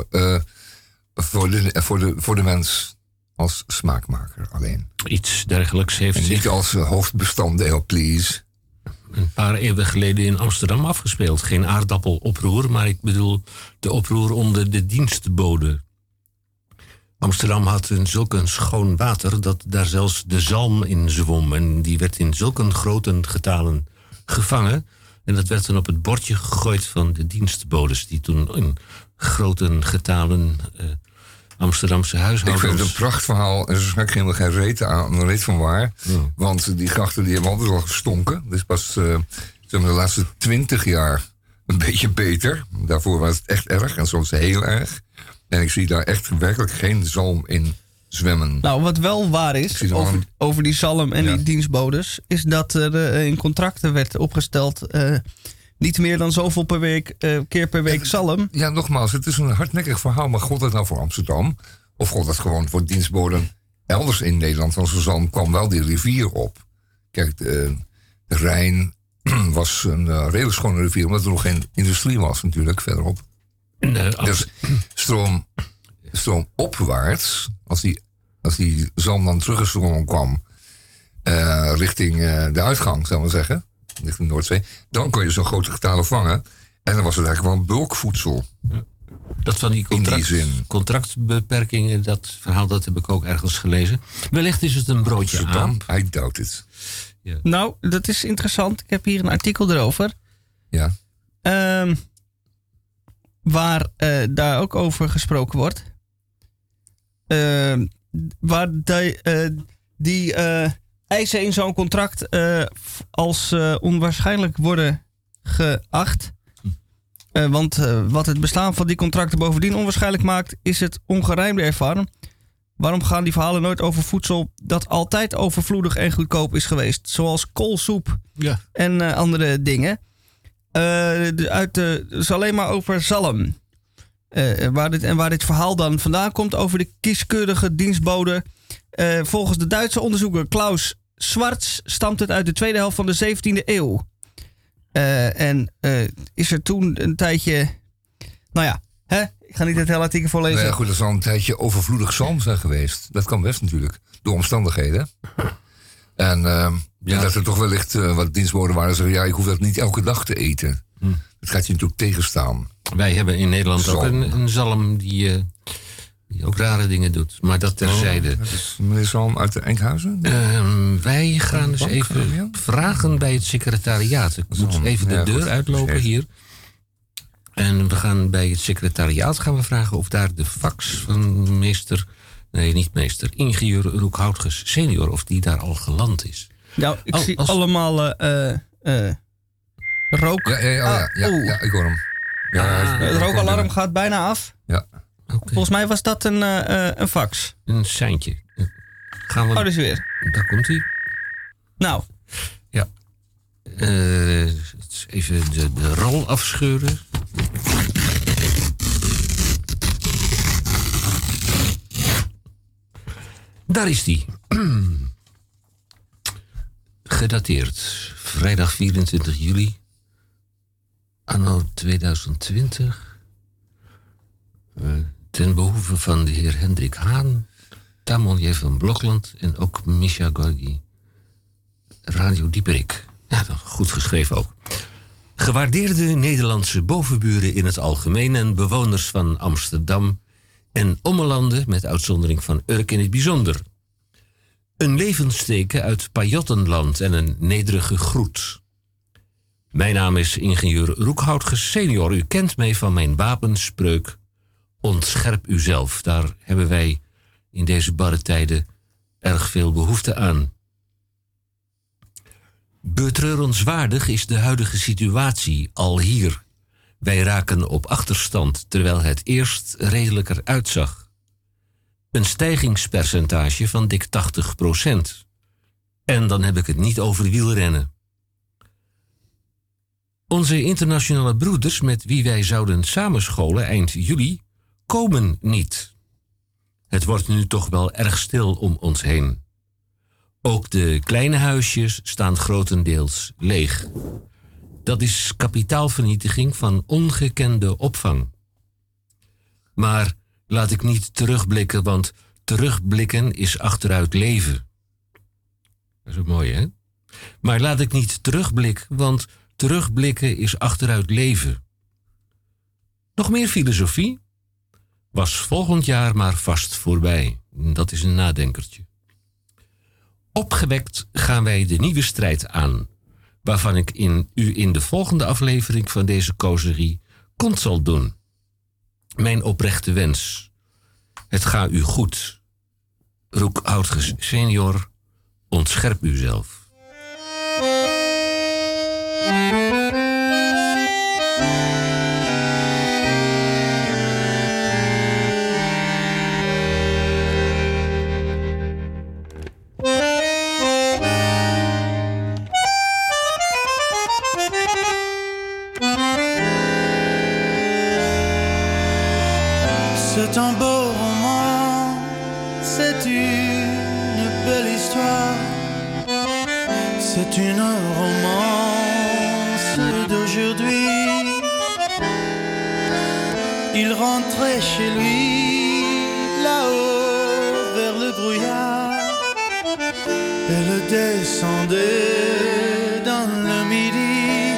de mens als smaakmaker alleen. Iets dergelijks heeft en niet als hoofdbestanddeel, please. Een paar eeuwen geleden in Amsterdam afgespeeld. Geen aardappeloproer, maar ik bedoel de oproer onder de dienstboden. Amsterdam had zulk een schoon water dat daar zelfs de zalm in zwom. En die werd in zulke grote getalen gevangen. En dat werd dan op het bordje gegooid van de dienstbodes, die toen in grote getalen Amsterdamse huishoudens. Ik vind het een prachtverhaal. Er is waarschijnlijk helemaal geen reet van waar. Ja. Want die grachten die hebben altijd al gestonken. Dus pas de laatste 20 jaar een beetje beter. Daarvoor was het echt erg en soms heel erg. En ik zie daar echt werkelijk geen zalm in zwemmen. Nou, wat wel waar is over die zalm en die dienstbodes, is dat er in contracten werd opgesteld niet meer dan zoveel keer per week zalm. Ja, nogmaals, het is een hardnekkig verhaal, maar gold dat nou voor Amsterdam? Of gold dat gewoon voor dienstboden elders in Nederland? Want zo'n zalm kwam wel die rivier op. Kijk, de Rijn was een redelijk schone rivier, omdat er nog geen industrie was natuurlijk verderop. Dus stroom opwaarts, als die zalm dan teruggestroomd kwam richting de uitgang, zou ik maar zeggen, richting Noordzee, dan kon je zo'n grote getalen vangen. En dan was het eigenlijk wel bulkvoedsel. Ja. Dat van die contractbeperkingen, dat verhaal dat heb ik ook ergens gelezen. Wellicht is het een broodje aap. I doubt it. Ja. Nou, dat is interessant. Ik heb hier een artikel erover. Ja. Waar daar ook over gesproken wordt. Waar die eisen in zo'n contract als onwaarschijnlijk worden geacht. Want wat het bestaan van die contracten bovendien onwaarschijnlijk maakt, is het ongerijmde ervan. Waarom gaan die verhalen nooit over voedsel dat altijd overvloedig en goedkoop is geweest? Zoals koolsoep en andere dingen. Het is alleen maar over zalm. Waar dit verhaal dan vandaan komt over de kieskeurige dienstbode. Volgens de Duitse onderzoeker Klaus Schwarz stamt het uit de tweede helft van de 17e eeuw. Is er toen een tijdje... Nou ja, ik ga niet het hele artikel voorlezen. Nou ja, goed, dat zal een tijdje overvloedig zalm zijn geweest. Dat kan best natuurlijk, door omstandigheden. En dat er toch wellicht wat dienstboden waren. Zeggen, ja, ik hoef dat niet elke dag te eten. Dat gaat je natuurlijk tegenstaan. Wij hebben in Nederland ook een zalm die ook rare dingen doet. Maar dat terzijde. Dat is meneer Zalm uit de Enkhuizen? Wij gaan dus even vragen bij het secretariaat. Ik moet even de deur uitlopen hier. En we gaan bij het secretariaat vragen of daar de fax van ingenieur Roekhoutges senior, of die daar al geland is. Nou, ik zie allemaal rook. Ja, ik hoor hem. Het rookalarm gaat bijna af. Ja. Okay. Volgens mij was dat een fax. Een seintje. Gaan we... Oh, dus weer. Daar komt hij. Nou. Ja. Even de rol afscheuren. Daar is die. Gedateerd. Vrijdag 24 juli. Anno 2020. Ten behoeve van de heer Hendrik Haan, Tamon van Blokland en ook Misha Gorgi. Radio Dieperik. Ja, goed geschreven ook. Gewaardeerde Nederlandse bovenburen in het algemeen en bewoners van Amsterdam en Ommelanden, met uitzondering van Urk in het bijzonder. Een levensteken uit Pajottenland en een nederige groet. Mijn naam is ingenieur Roekhoutges senior. U kent mij van mijn wapenspreuk: ontscherp uzelf. Daar hebben wij in deze barre tijden erg veel behoefte aan. Betreurenswaardig is de huidige situatie al hier. Wij raken op achterstand, terwijl het eerst redelijker uitzag. Een stijgingspercentage van dik 80%. En dan heb ik het niet over wielrennen. Onze internationale broeders met wie wij zouden samenscholen eind juli komen niet. Het wordt nu toch wel erg stil om ons heen. Ook de kleine huisjes staan grotendeels leeg. Dat is kapitaalvernietiging van ongekende opvang. Maar laat ik niet terugblikken, want terugblikken is achteruit leven. Dat is ook mooi, hè? Maar laat ik niet terugblikken, want terugblikken is achteruit leven. Nog meer filosofie? Was volgend jaar maar vast voorbij. Dat is een nadenkertje. Opgewekt gaan wij de nieuwe strijd aan, waarvan ik u in de volgende aflevering van deze causerie kont zal doen. Mijn oprechte wens. Het gaat u goed. Roekhoutges senior, ontscherp uzelf. C'est un beau roman, c'est une belle histoire, c'est une romance d'aujourd'hui. Il rentrait chez lui, là-haut, vers le brouillard. Elle descendait dans le midi,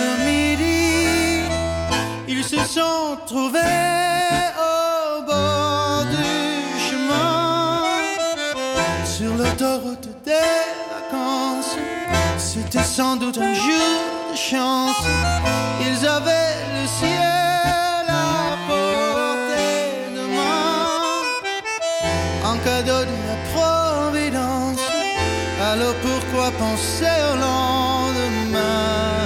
ils se sont trouvés au bord du chemin, sur l'autoroute des vacances. C'était sans doute un jour de chance, ils avaient le ciel à portée de main, en cadeau de la Providence. Alors pourquoi penser au lendemain?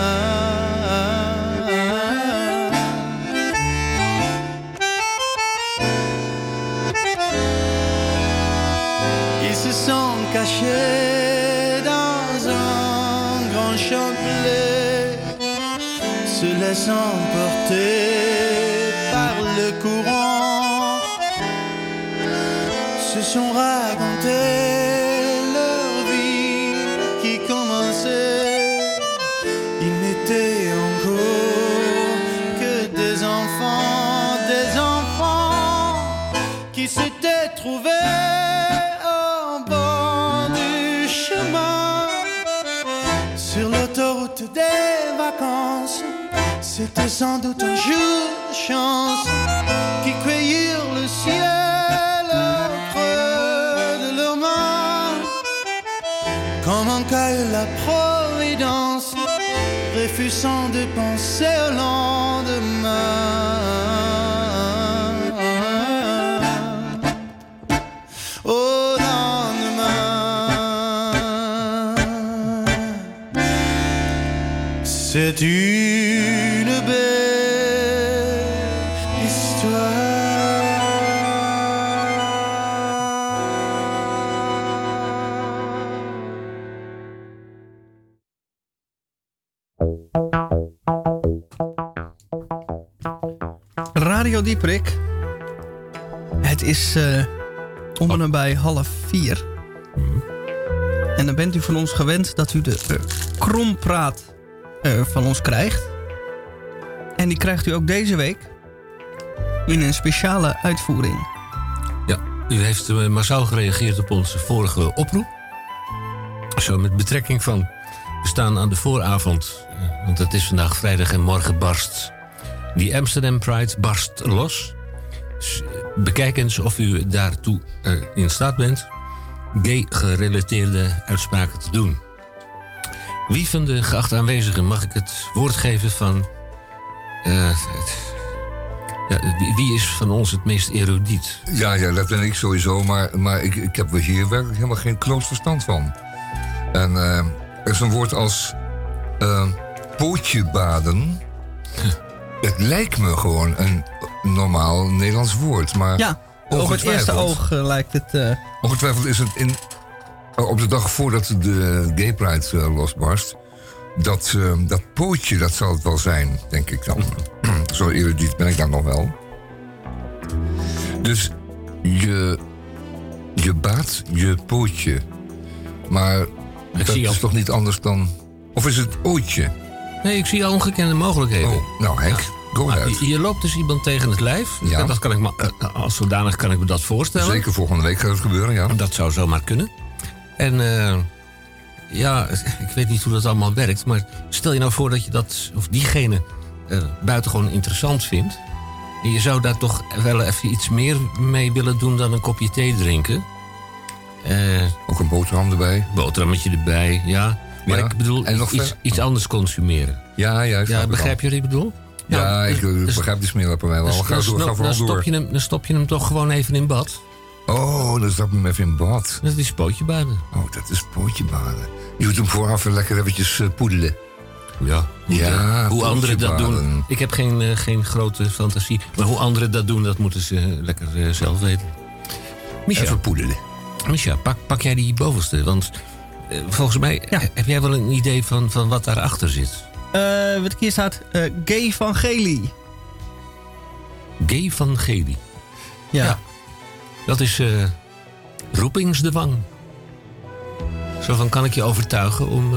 Ils se sont cachés dans un grand champ de blé, se laissant porter par le courant, se sont racontés s'étaient trouvés au bord du chemin, sur l'autoroute des vacances. C'était sans doute un jour de chance, qui cueillirent le ciel au creux de leurs mains, comme en cueille la Providence, refusant de penser au lendemain. C'est une belle histoire. Radio Dieprik. Het is om en nabij 3:30. En dan bent u van ons gewend dat u de krompraat van ons krijgt. En die krijgt u ook deze week in een speciale uitvoering. Ja, u heeft massaal gereageerd op onze vorige oproep. Zo met betrekking van, we staan aan de vooravond, want het is vandaag vrijdag en morgen barst die Amsterdam Pride barst los. Dus bekijk eens of u daartoe in staat bent gay-gerelateerde uitspraken te doen. Wie van de geachte aanwezigen mag ik het woord geven van... wie is van ons het meest erudiet? Ja, dat ben ik sowieso, maar ik heb er hier werkelijk helemaal geen kloot verstand van. En er is een woord als pootjebaden. Het lijkt me gewoon een normaal Nederlands woord, maar... Ja, op het eerste oog lijkt het... Ongetwijfeld is het op de dag voordat de Gay Pride losbarst... Dat pootje, dat zal het wel zijn, denk ik dan. Zo erudiet ben ik dan nog wel. Dus je baat je pootje. Maar dat is toch niet anders dan... Of is het ootje? Nee, ik zie al ongekende mogelijkheden. Oh, nou Henk, go ahead. Je loopt dus iemand tegen het lijf. Ja. Dat kan ik als zodanig kan ik me dat voorstellen. Zeker volgende week gaat het gebeuren, ja. Dat zou zomaar kunnen. En ik weet niet hoe dat allemaal werkt. Maar stel je nou voor dat je dat, of diegene buitengewoon interessant vindt. En je zou daar toch wel even iets meer mee willen doen dan een kopje thee drinken. Ook een boterham erbij. Boterhammetje erbij, ja. Maar ik bedoel, iets anders consumeren. Ja, begrijp je wat ik bedoel? Ja, ik begrijp die smeer bij mij wel. Ga vooral door. Dan stop je hem toch gewoon even in bad. Oh, dan stop je hem even in bad. Dat is pootjebaden. Oh, dat is pootjebaden. Je moet hem vooraf lekker eventjes poedelen. Ja, hoe anderen dat doen. Ik heb geen grote fantasie. Maar hoe anderen dat doen, dat moeten ze lekker zelf weten. Misha, even poedelen. Misha, pak jij die bovenste? Want volgens mij heb jij wel een idee van wat daarachter zit. Wat hier staat, Gay van Geli. Gay van Geli. Ja. Dat is roepingsdwang. Zo van, kan ik je overtuigen om...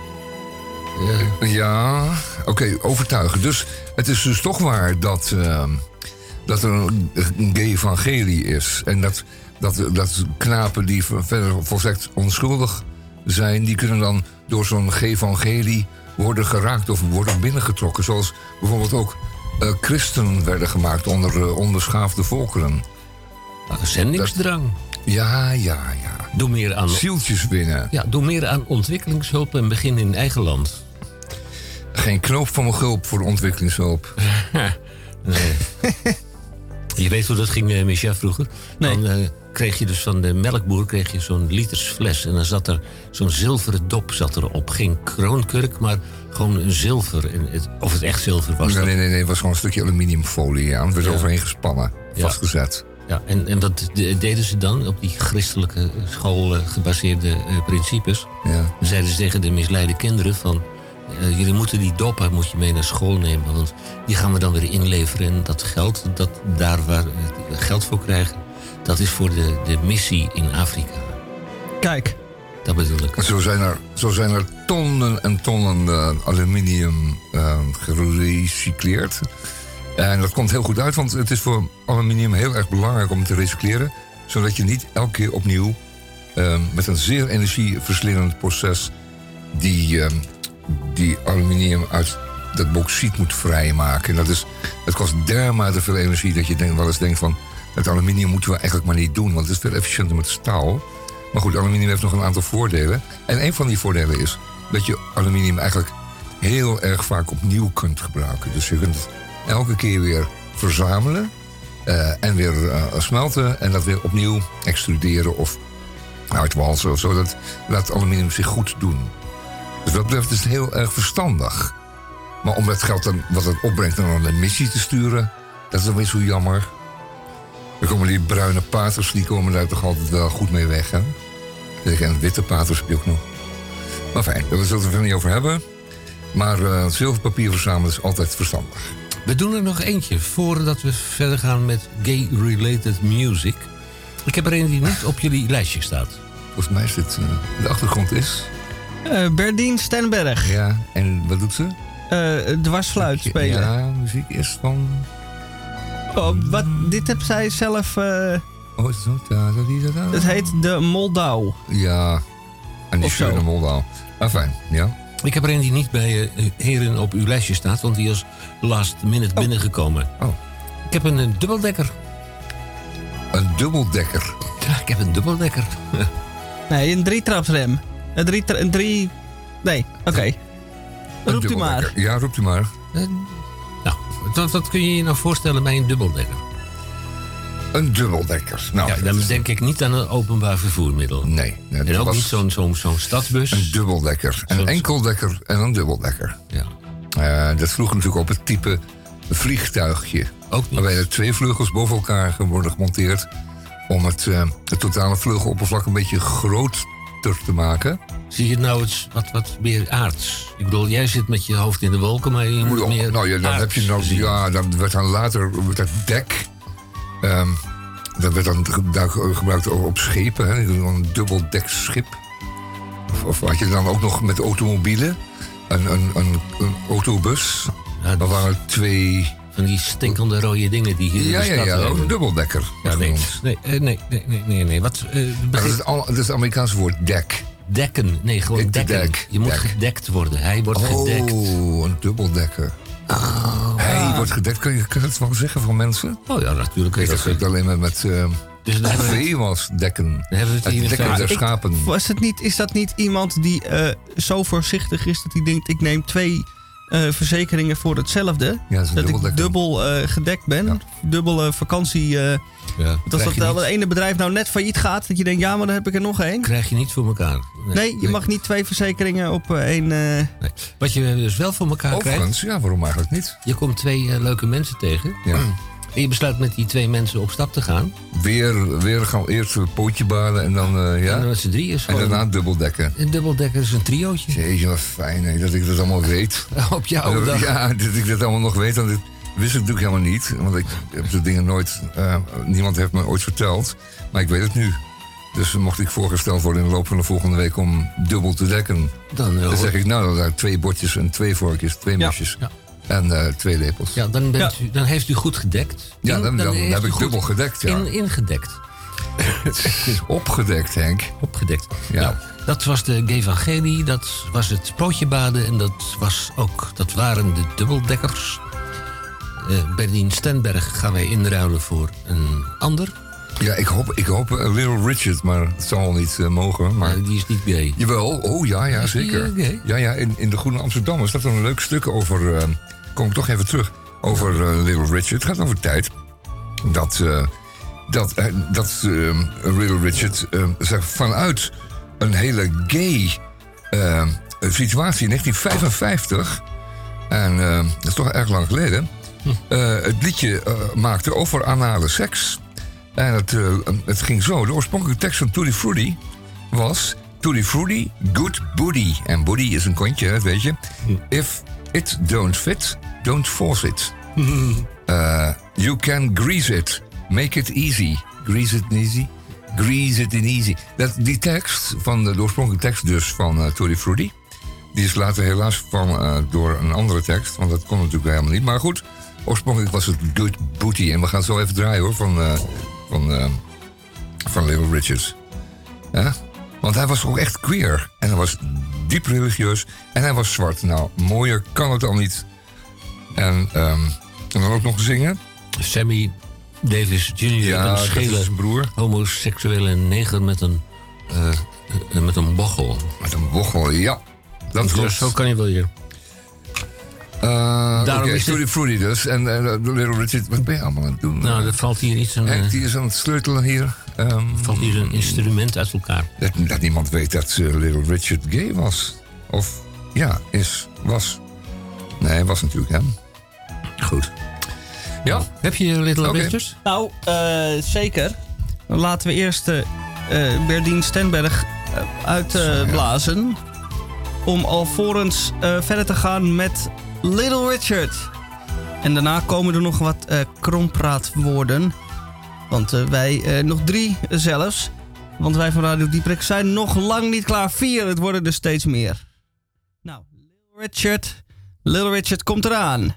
Ja, oké, overtuigen. Dus het is dus toch waar dat er een gay evangelie is. En dat knapen die verder volstrekt onschuldig zijn... die kunnen dan door zo'n gay evangelie worden geraakt of worden binnengetrokken. Zoals bijvoorbeeld ook christenen werden gemaakt onder onbeschaafde volkeren. Zendingsdrang. Ja. Doe meer aan... Zieltjes winnen. Ja, doe meer aan ontwikkelingshulp en begin in eigen land. Geen knoop van mijn gulp voor ontwikkelingshulp. Nee. Je weet hoe dat ging, Micha, vroeger? Nee. Dan kreeg je dus van de melkboer zo'n litersfles. En dan zat er zo'n zilveren dop op. Geen kroonkurk, maar gewoon een zilver. En of het echt zilver was. Nee, het was gewoon een stukje aluminiumfolie aan. Het werd overheen gespannen, vastgezet. Ja, en dat deden ze dan op die christelijke school gebaseerde principes. Ja. Dan zeiden ze tegen de misleide kinderen van... jullie moeten die dop moet je mee naar school nemen. Want die gaan we dan weer inleveren. En dat geld, dat daar waar we geld voor krijgen... dat is voor de missie in Afrika. Kijk. Dat bedoel ik. Zo zijn er tonnen en tonnen aluminium gerecycleerd. En dat komt heel goed uit, want het is voor aluminium heel erg belangrijk om te recycleren. Zodat je niet elke keer opnieuw met een zeer energieverslindend proces... die aluminium uit dat bauxiet moet vrijmaken. En het kost dermate veel energie dat je wel eens denkt van... het aluminium moeten we eigenlijk maar niet doen, want het is veel efficiënter met staal. Maar goed, aluminium heeft nog een aantal voordelen. En een van die voordelen is dat je aluminium eigenlijk heel erg vaak opnieuw kunt gebruiken. Dus je kunt het elke keer weer verzamelen en weer smelten... en dat weer opnieuw extruderen of uitwalsen of zo. Dat laat aluminium zich goed doen. Dus wat betreft is het heel erg verstandig. Maar om dat geld dan, wat het opbrengt naar een missie te sturen... dat is dan weer zo jammer. Dan komen die bruine paters, die komen daar toch altijd wel goed mee weg, hè? En witte paters heb je ook nog. Maar fijn, daar zullen we het er niet over hebben. Maar zilverpapier verzamelen is altijd verstandig. We doen er nog eentje voordat we verder gaan met gay-related music. Ik heb er een die niet op jullie lijstje staat. Volgens mij is dit... de achtergrond is... Berdien Stenberg. Ja, en wat doet ze? Dwarsfluit spelen. Ja, muziek is van... Dit heb zij zelf... Oh, is het zo? Het heet De Moldau. Ja, en die schöne Moldau. Maar fijn, ja. Ik heb er een die niet bij heren op uw lijstje staat, want die is last minute binnengekomen. Oh. Ik heb een dubbeldekker. Een dubbeldekker? Ja, ik heb een dubbeldekker. Nee, een drietrapsrem. Een drie... Nee, oké. Roept u maar. Ja, roept u maar. Wat kun je je nou voorstellen bij een dubbeldekker? Een dubbeldekker. Nou, ja, dan denk ik niet aan een openbaar vervoermiddel. Nee. En ook niet zo'n stadsbus. Een dubbeldekker. Een enkeldekker en een dubbeldekker. Ja. Dat vroeg natuurlijk op het type vliegtuigje. Ook niet. Waarbij er 2 vleugels boven elkaar worden gemonteerd... om het totale vleugeloppervlak een beetje groter te maken. Zie je het nou eens wat meer aards? Ik bedoel, jij zit met je hoofd in de wolken, maar je moet meer nou ja, dan heb je nou, ja, dan werd dan later dat dek... dat werd dan gebruikt op schepen, hè? Een dubbeldekschip. Of had je dan ook nog met automobielen? Een autobus. Ja, daar waren 2... Van die stinkende rode dingen die hier in de stad Ja, ook een dubbeldekker. Ja, nee. Wat, dat is het Amerikaanse woord dek. Dekken, nee, gewoon dekken. Je moet gedekt worden. Hij wordt gedekt. Oh, een dubbeldekker. Hij wordt gedekt. Kun je het wel zeggen van mensen? Oh ja, natuurlijk. Ik dacht dat het alleen maar met vee was, dekken. Het dekken der schapen. Is dat niet iemand die zo voorzichtig is dat hij denkt... ik neem 2 verzekeringen voor hetzelfde? Ja, dat ik dubbel gedekt ben. Ja. Dubbele vakantie. Dat het ene bedrijf nou net failliet gaat. Dat je denkt, ja, maar dan heb ik er nog 1. Krijg je niet voor elkaar. Nee, je mag niet 2 verzekeringen op 1... Nee. Wat je dus wel voor elkaar krijgt... Ja, waarom eigenlijk niet? Je komt 2 leuke mensen tegen. Ja. En je besluit met die 2 mensen op stap te gaan. Weer gaan we eerst een pootje baden en dan... ja. En dan met z'n 3 is gewoon... En daarna dubbeldekken. Een dubbeldekker is een triootje. Jeetje, wat fijn hè, dat ik dat allemaal weet. Op jouw dag. Ja, dat ik dat allemaal nog weet. Want wist het natuurlijk helemaal niet. Want ik heb de dingen nooit... niemand heeft me ooit verteld. Maar ik weet het nu. Dus mocht ik voorgesteld worden in de loop van de volgende week om dubbel te dekken. Dan zeg ik, nou, dan 2 bordjes en 2 vorkjes, 2 mesjes. Ja. En 2 lepels. Ja, dan heeft u goed gedekt. Dan heb ik dubbel gedekt, ja. Ingedekt. Opgedekt, Henk. Opgedekt. Ja. Nou, dat was de Evangelie, dat was het broodjebaden en dat waren de dubbeldekkers. Berdien Stenberg gaan wij inruilen voor een ander. Ja, ik hoop Little Richard, maar het zal niet mogen. Maar die is niet gay. Jawel, oh ja, zeker. Ja, in de Groene Amsterdammer staat er een leuk stuk over... kom ik toch even terug, over Little Richard. Het gaat over tijd dat Little Richard vanuit een hele gay situatie in 1955... en dat is toch erg lang geleden... het liedje maakte over anale seks... En het ging zo. De oorspronkelijke tekst van Tutti Frutti was... Tutti Frutti, good booty. En booty is een kontje, dat weet je. If it don't fit, don't force it. You can grease it. Make it easy. Grease it easy. Grease it in easy. Die tekst, van de oorspronkelijke tekst dus van Tutti Frutti... die is later helaas vervangen door een andere tekst. Want dat kon natuurlijk helemaal niet. Maar goed, oorspronkelijk was het good booty. En we gaan het zo even draaien hoor, van Little Richard. Ja? Want hij was ook echt queer. En hij was diep religieus. En hij was zwart. Nou, mooier kan het al niet. En dan ook nog zingen. Sammy Davis Jr. Ja, een schele zijn broer. Homoseksuele neger met een bochel. Met een bochel, ja. Dat is goed. Zo kan je wel hier. Daarom is Tutti Frutti dus. En Little Richard, wat ben je allemaal aan het doen? Nou, er valt hier iets... die is aan het sleutelen hier. Valt hier een instrument uit elkaar. Dat niemand weet dat Little Richard gay was. Of, ja, was. Nee, hij was natuurlijk hem. Goed. Ja. Heb je Little Richard? Nou, zeker. Dan laten we eerst Berdien Stenberg uitblazen. Om alvorens verder te gaan met Little Richard. En daarna komen er nog wat krompraatwoorden. Want wij, nog 3 zelfs. Want wij van Radio Dieperik zijn nog lang niet klaar. 4, het worden er steeds meer. Nou, Little Richard komt eraan.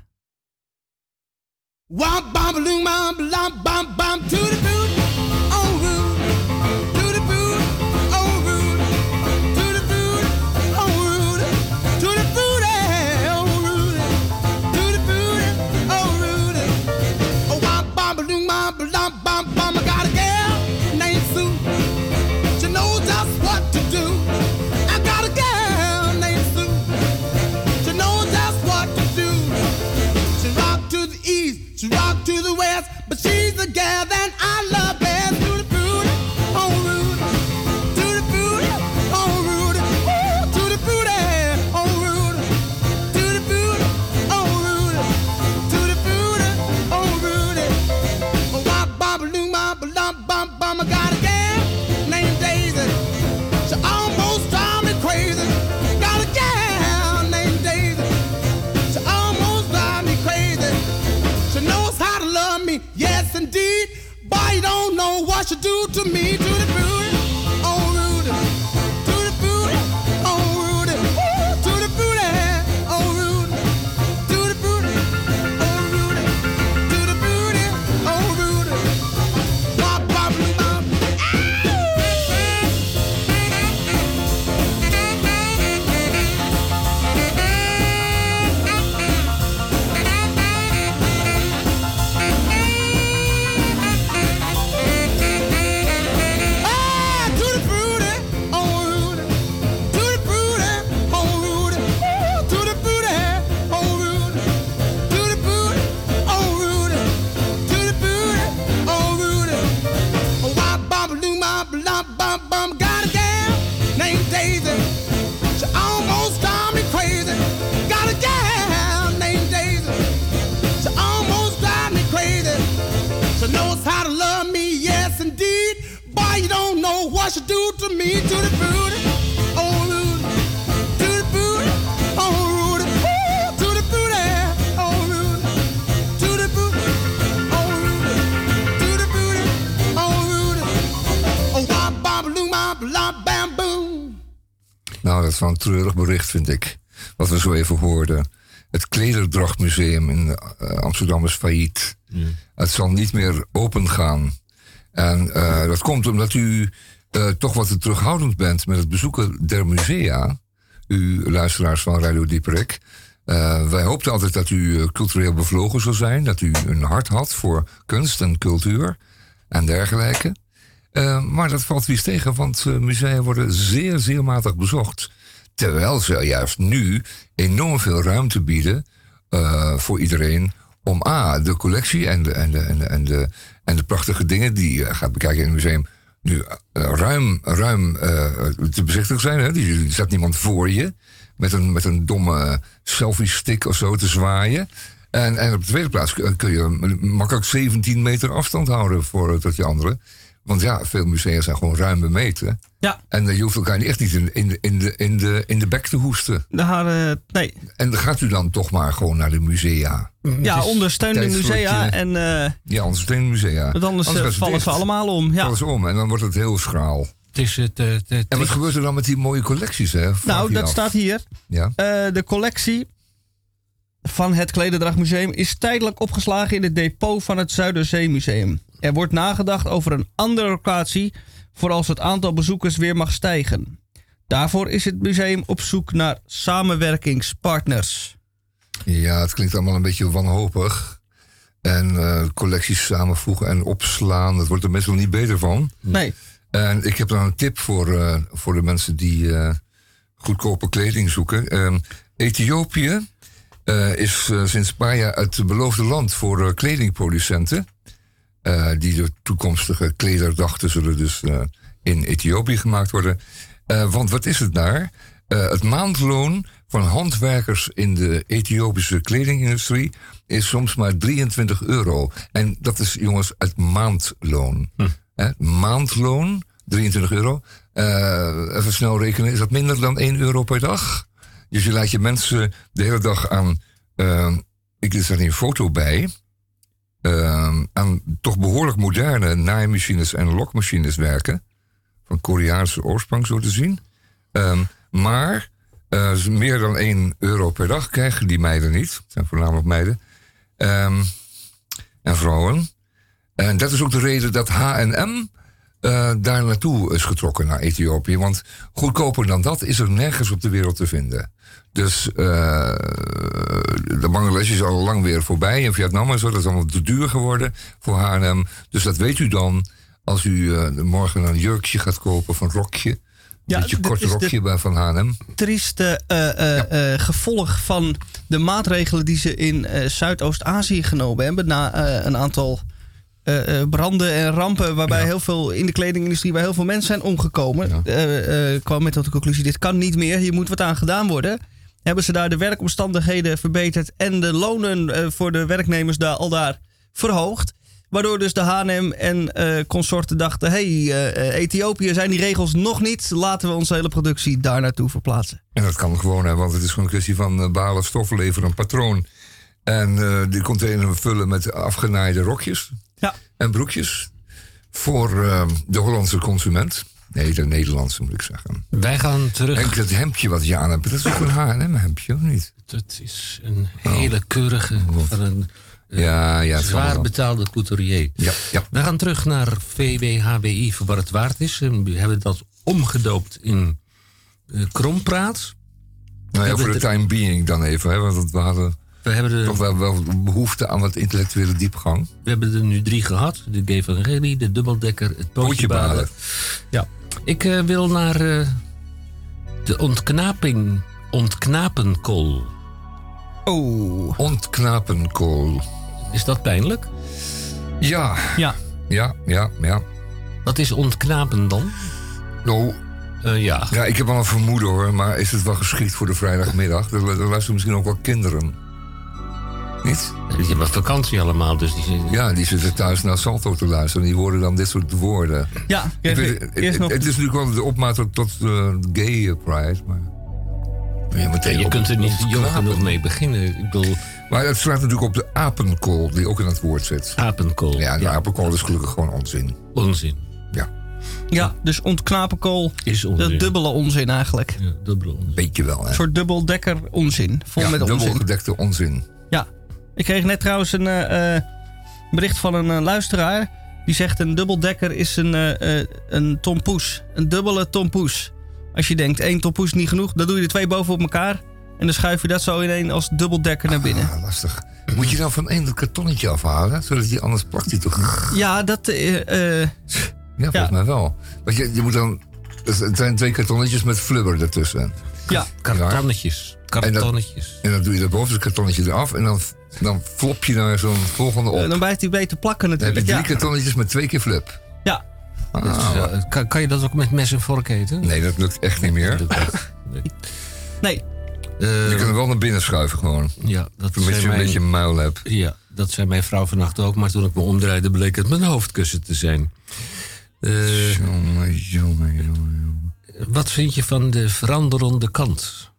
Wah bam balloon bam bam bam to the boot. Oh rude. To the boot. Oh rude. To the boot. Oh rude. To the boot. Oh rude. To the boot. Oh rude. Oh wah bam balloon bam bam bam. I got a girl named Sue. She knows just what to do. I got a girl named Sue. She knows just what to do. She rock to the east. She rock to the west, but she's the gal that I love best. To the booty, oh rude. To the booty, oh rude. Ooh, to the booty, oh rude. To the booty, oh rude. To the booty, oh rude. Oh, wop, bop, loom, bop, lump, bump, bum. I got a gal named Daisy. She almost drives me crazy. Got a gal named Daisy. She almost drives me crazy. She knows how to love me, yes indeed. But you don't know what she do to me. To the booty, oh Rudy. To the booty, oh Rudy. Ooh, to the booty, oh Rudy. To the booty, oh Rudy. To the booty, oh Rudy. Wop, wop, wop. Got a gal named Daisy. She almost drives me crazy. Got a gal named Daisy. She almost drives me crazy. She knows how to love me, yes indeed. Boy, you don't know what she do to me. To the booty, oh Rudy. To the booty, oh Rudy. Ooh, to the booty, oh Rudy. To dat is wel een treurig bericht, vind ik. Wat we zo even hoorden. Het Klederdrachtmuseum in Amsterdam is failliet. Het zal niet meer open gaan. En dat komt omdat u toch wat te terughoudend bent met het bezoeken der musea. U luisteraars van Radio Dieperik. Wij hoopten altijd dat u cultureel bevlogen zou zijn. Dat u een hart had voor kunst en cultuur en dergelijke. Maar dat valt weer tegen, want musea worden zeer, zeer matig bezocht. Terwijl ze juist nu enorm veel ruimte bieden voor iedereen om de collectie en de prachtige dingen die je gaat bekijken in het museum nu ruim te bezichtigen zijn. Hè? Er staat niemand voor je met een domme selfie-stick of zo te zwaaien. En op de tweede plaats kun je makkelijk 17 meter afstand houden tot je anderen. Want ja, veel musea zijn gewoon ruim bemeten. Ja. En je hoeft elkaar echt niet in de bek te hoesten. Nee. En dan gaat u dan toch maar gewoon naar de musea. Ja, ondersteun de musea. Ja, ondersteun de musea. Want anders vallen ze allemaal om. Ja. Vallen ze om en dan wordt het heel schraal. En wat gebeurt er dan met die mooie collecties? Hè? Nou, staat hier. Ja? De collectie van het Klederdrachtmuseum is tijdelijk opgeslagen in het depot van het Zuiderzeemuseum. Er wordt nagedacht over een andere locatie voor als het aantal bezoekers weer mag stijgen. Daarvoor is het museum op zoek naar samenwerkingspartners. Ja, het klinkt allemaal een beetje wanhopig. En collecties samenvoegen en opslaan, dat wordt er meestal niet beter van. Nee. En ik heb dan een tip voor de mensen die goedkope kleding zoeken. Ethiopië is sinds een paar jaar het beloofde land voor kledingproducenten. Die de toekomstige klederdrachten zullen dus in Ethiopië gemaakt worden. Want wat is het daar? Het maandloon van handwerkers in de Ethiopische kledingindustrie is soms maar €23. En dat is, jongens, het maandloon. Maandloon, €23. Even snel rekenen, is dat minder dan €1 per dag? Dus je laat je mensen de hele dag aan, ik er staat hier een foto bij, aan toch behoorlijk moderne naaimachines en lokmachines werken. Van Koreaanse oorsprong, zo te zien. Maar meer dan €1 per dag krijgen die meiden niet. Het zijn voornamelijk meiden. En vrouwen. En dat is ook de reden dat H&M daar naartoe is getrokken, naar Ethiopië. Want goedkoper dan dat is er nergens op de wereld te vinden. Dus de Bangladesh is al lang weer voorbij. En Vietnam en zo, dat is allemaal te duur geworden voor H&M. Dus dat weet u dan als u morgen een jurkje gaat kopen van rokje. Een beetje kort rokje van H&M. Trieste gevolg van de maatregelen die ze in Zuidoost-Azië genomen hebben. Na een aantal branden en rampen waarbij heel veel in de kledingindustrie waar heel veel mensen zijn omgekomen. Kwam met tot de conclusie, dit kan niet meer, hier moet wat aan gedaan worden. Hebben ze daar de werkomstandigheden verbeterd en de lonen voor de werknemers daar verhoogd. Waardoor dus de H&M en consorten dachten, Ethiopië zijn die regels nog niet. Laten we onze hele productie daar naartoe verplaatsen. En dat kan gewoon, hè, want het is gewoon een kwestie van balen stoffen leveren, een patroon. En die container vullen met afgenaaide rokjes en broekjes. Voor de Hollandse consument. Nee, de Nederlandse moet ik zeggen. Wij gaan terug. En dat hemdje wat je aan hebt, dat is ook een H&M hemdje, of niet? Dat is een hele keurige van een zwaar betaalde couturier. Ja. We gaan terug naar VWHWI voor wat het waard is. We hebben dat omgedoopt in Krompraat. Nou ja, voor de time being dan even, hè, want we hebben toch wel behoefte aan wat intellectuele diepgang. We hebben er nu 3 gehad. De Evangelie, de dubbeldekker, het pootjebaden. Ja. Ik wil naar de ontknapenkool. Oh. Ontknapenkool. Is dat pijnlijk? Ja. Wat is ontknapen dan? Nou, ja, ik heb wel een vermoeden hoor, maar is het wel geschikt voor de vrijdagmiddag? Er luisteren misschien ook wel kinderen. Niet? Die hebben vakantie allemaal, dus die zitten thuis naar Salto te luisteren. Die horen dan dit soort woorden. Ja, het is natuurlijk wel de opmaat tot gay pride, maar je kunt er niet jong genoeg mee beginnen. Ik bedoel, maar het slaat natuurlijk op de apenkool, die ook in het woord zit. Apenkool. Ja, de apenkool is gelukkig gewoon onzin. Onzin. Ja. Ja, dus ontknapenkool is onzin. De dubbele onzin eigenlijk. Ja, dubbele onzin. Beetje wel, hè? Een soort dubbeldekker onzin. Vol met onzin. Dubbelgedekte onzin. Ja. Ik kreeg net trouwens een bericht van een luisteraar. Die zegt een dubbeldekker is een tompoes. Een dubbele tompoes. Als je denkt, 1 tompoes is niet genoeg, dan doe je er 2 bovenop elkaar. En dan schuif je dat zo in één als dubbeldekker naar binnen. Lastig. Moet je dan van één dat kartonnetje afhalen? Zodat die anders plakt die toch niet? Ja, dat... ja, volgens mij wel. Want je moet dan... Het zijn 2 kartonnetjes met flubber ertussen. Ja. Kartonnetjes. En dan doe je dat bovenste kartonnetje eraf. En dan flop je naar zo'n volgende op. Dan blijft hij beter plakken natuurlijk. Dan heb je 3 kartonnetjes met 2 keer flub. Ja. Kan je dat ook met mes en vork eten? Nee, dat lukt echt niet meer. Nee. Je kan er wel naar binnen schuiven gewoon. Ja, dat Zodat je een beetje een muil hebt. Ja, dat zei mijn vrouw vannacht ook. Maar toen ik me omdraaide bleek het mijn hoofdkussen te zijn. Jongen. Wat vind je van de veranderende kant?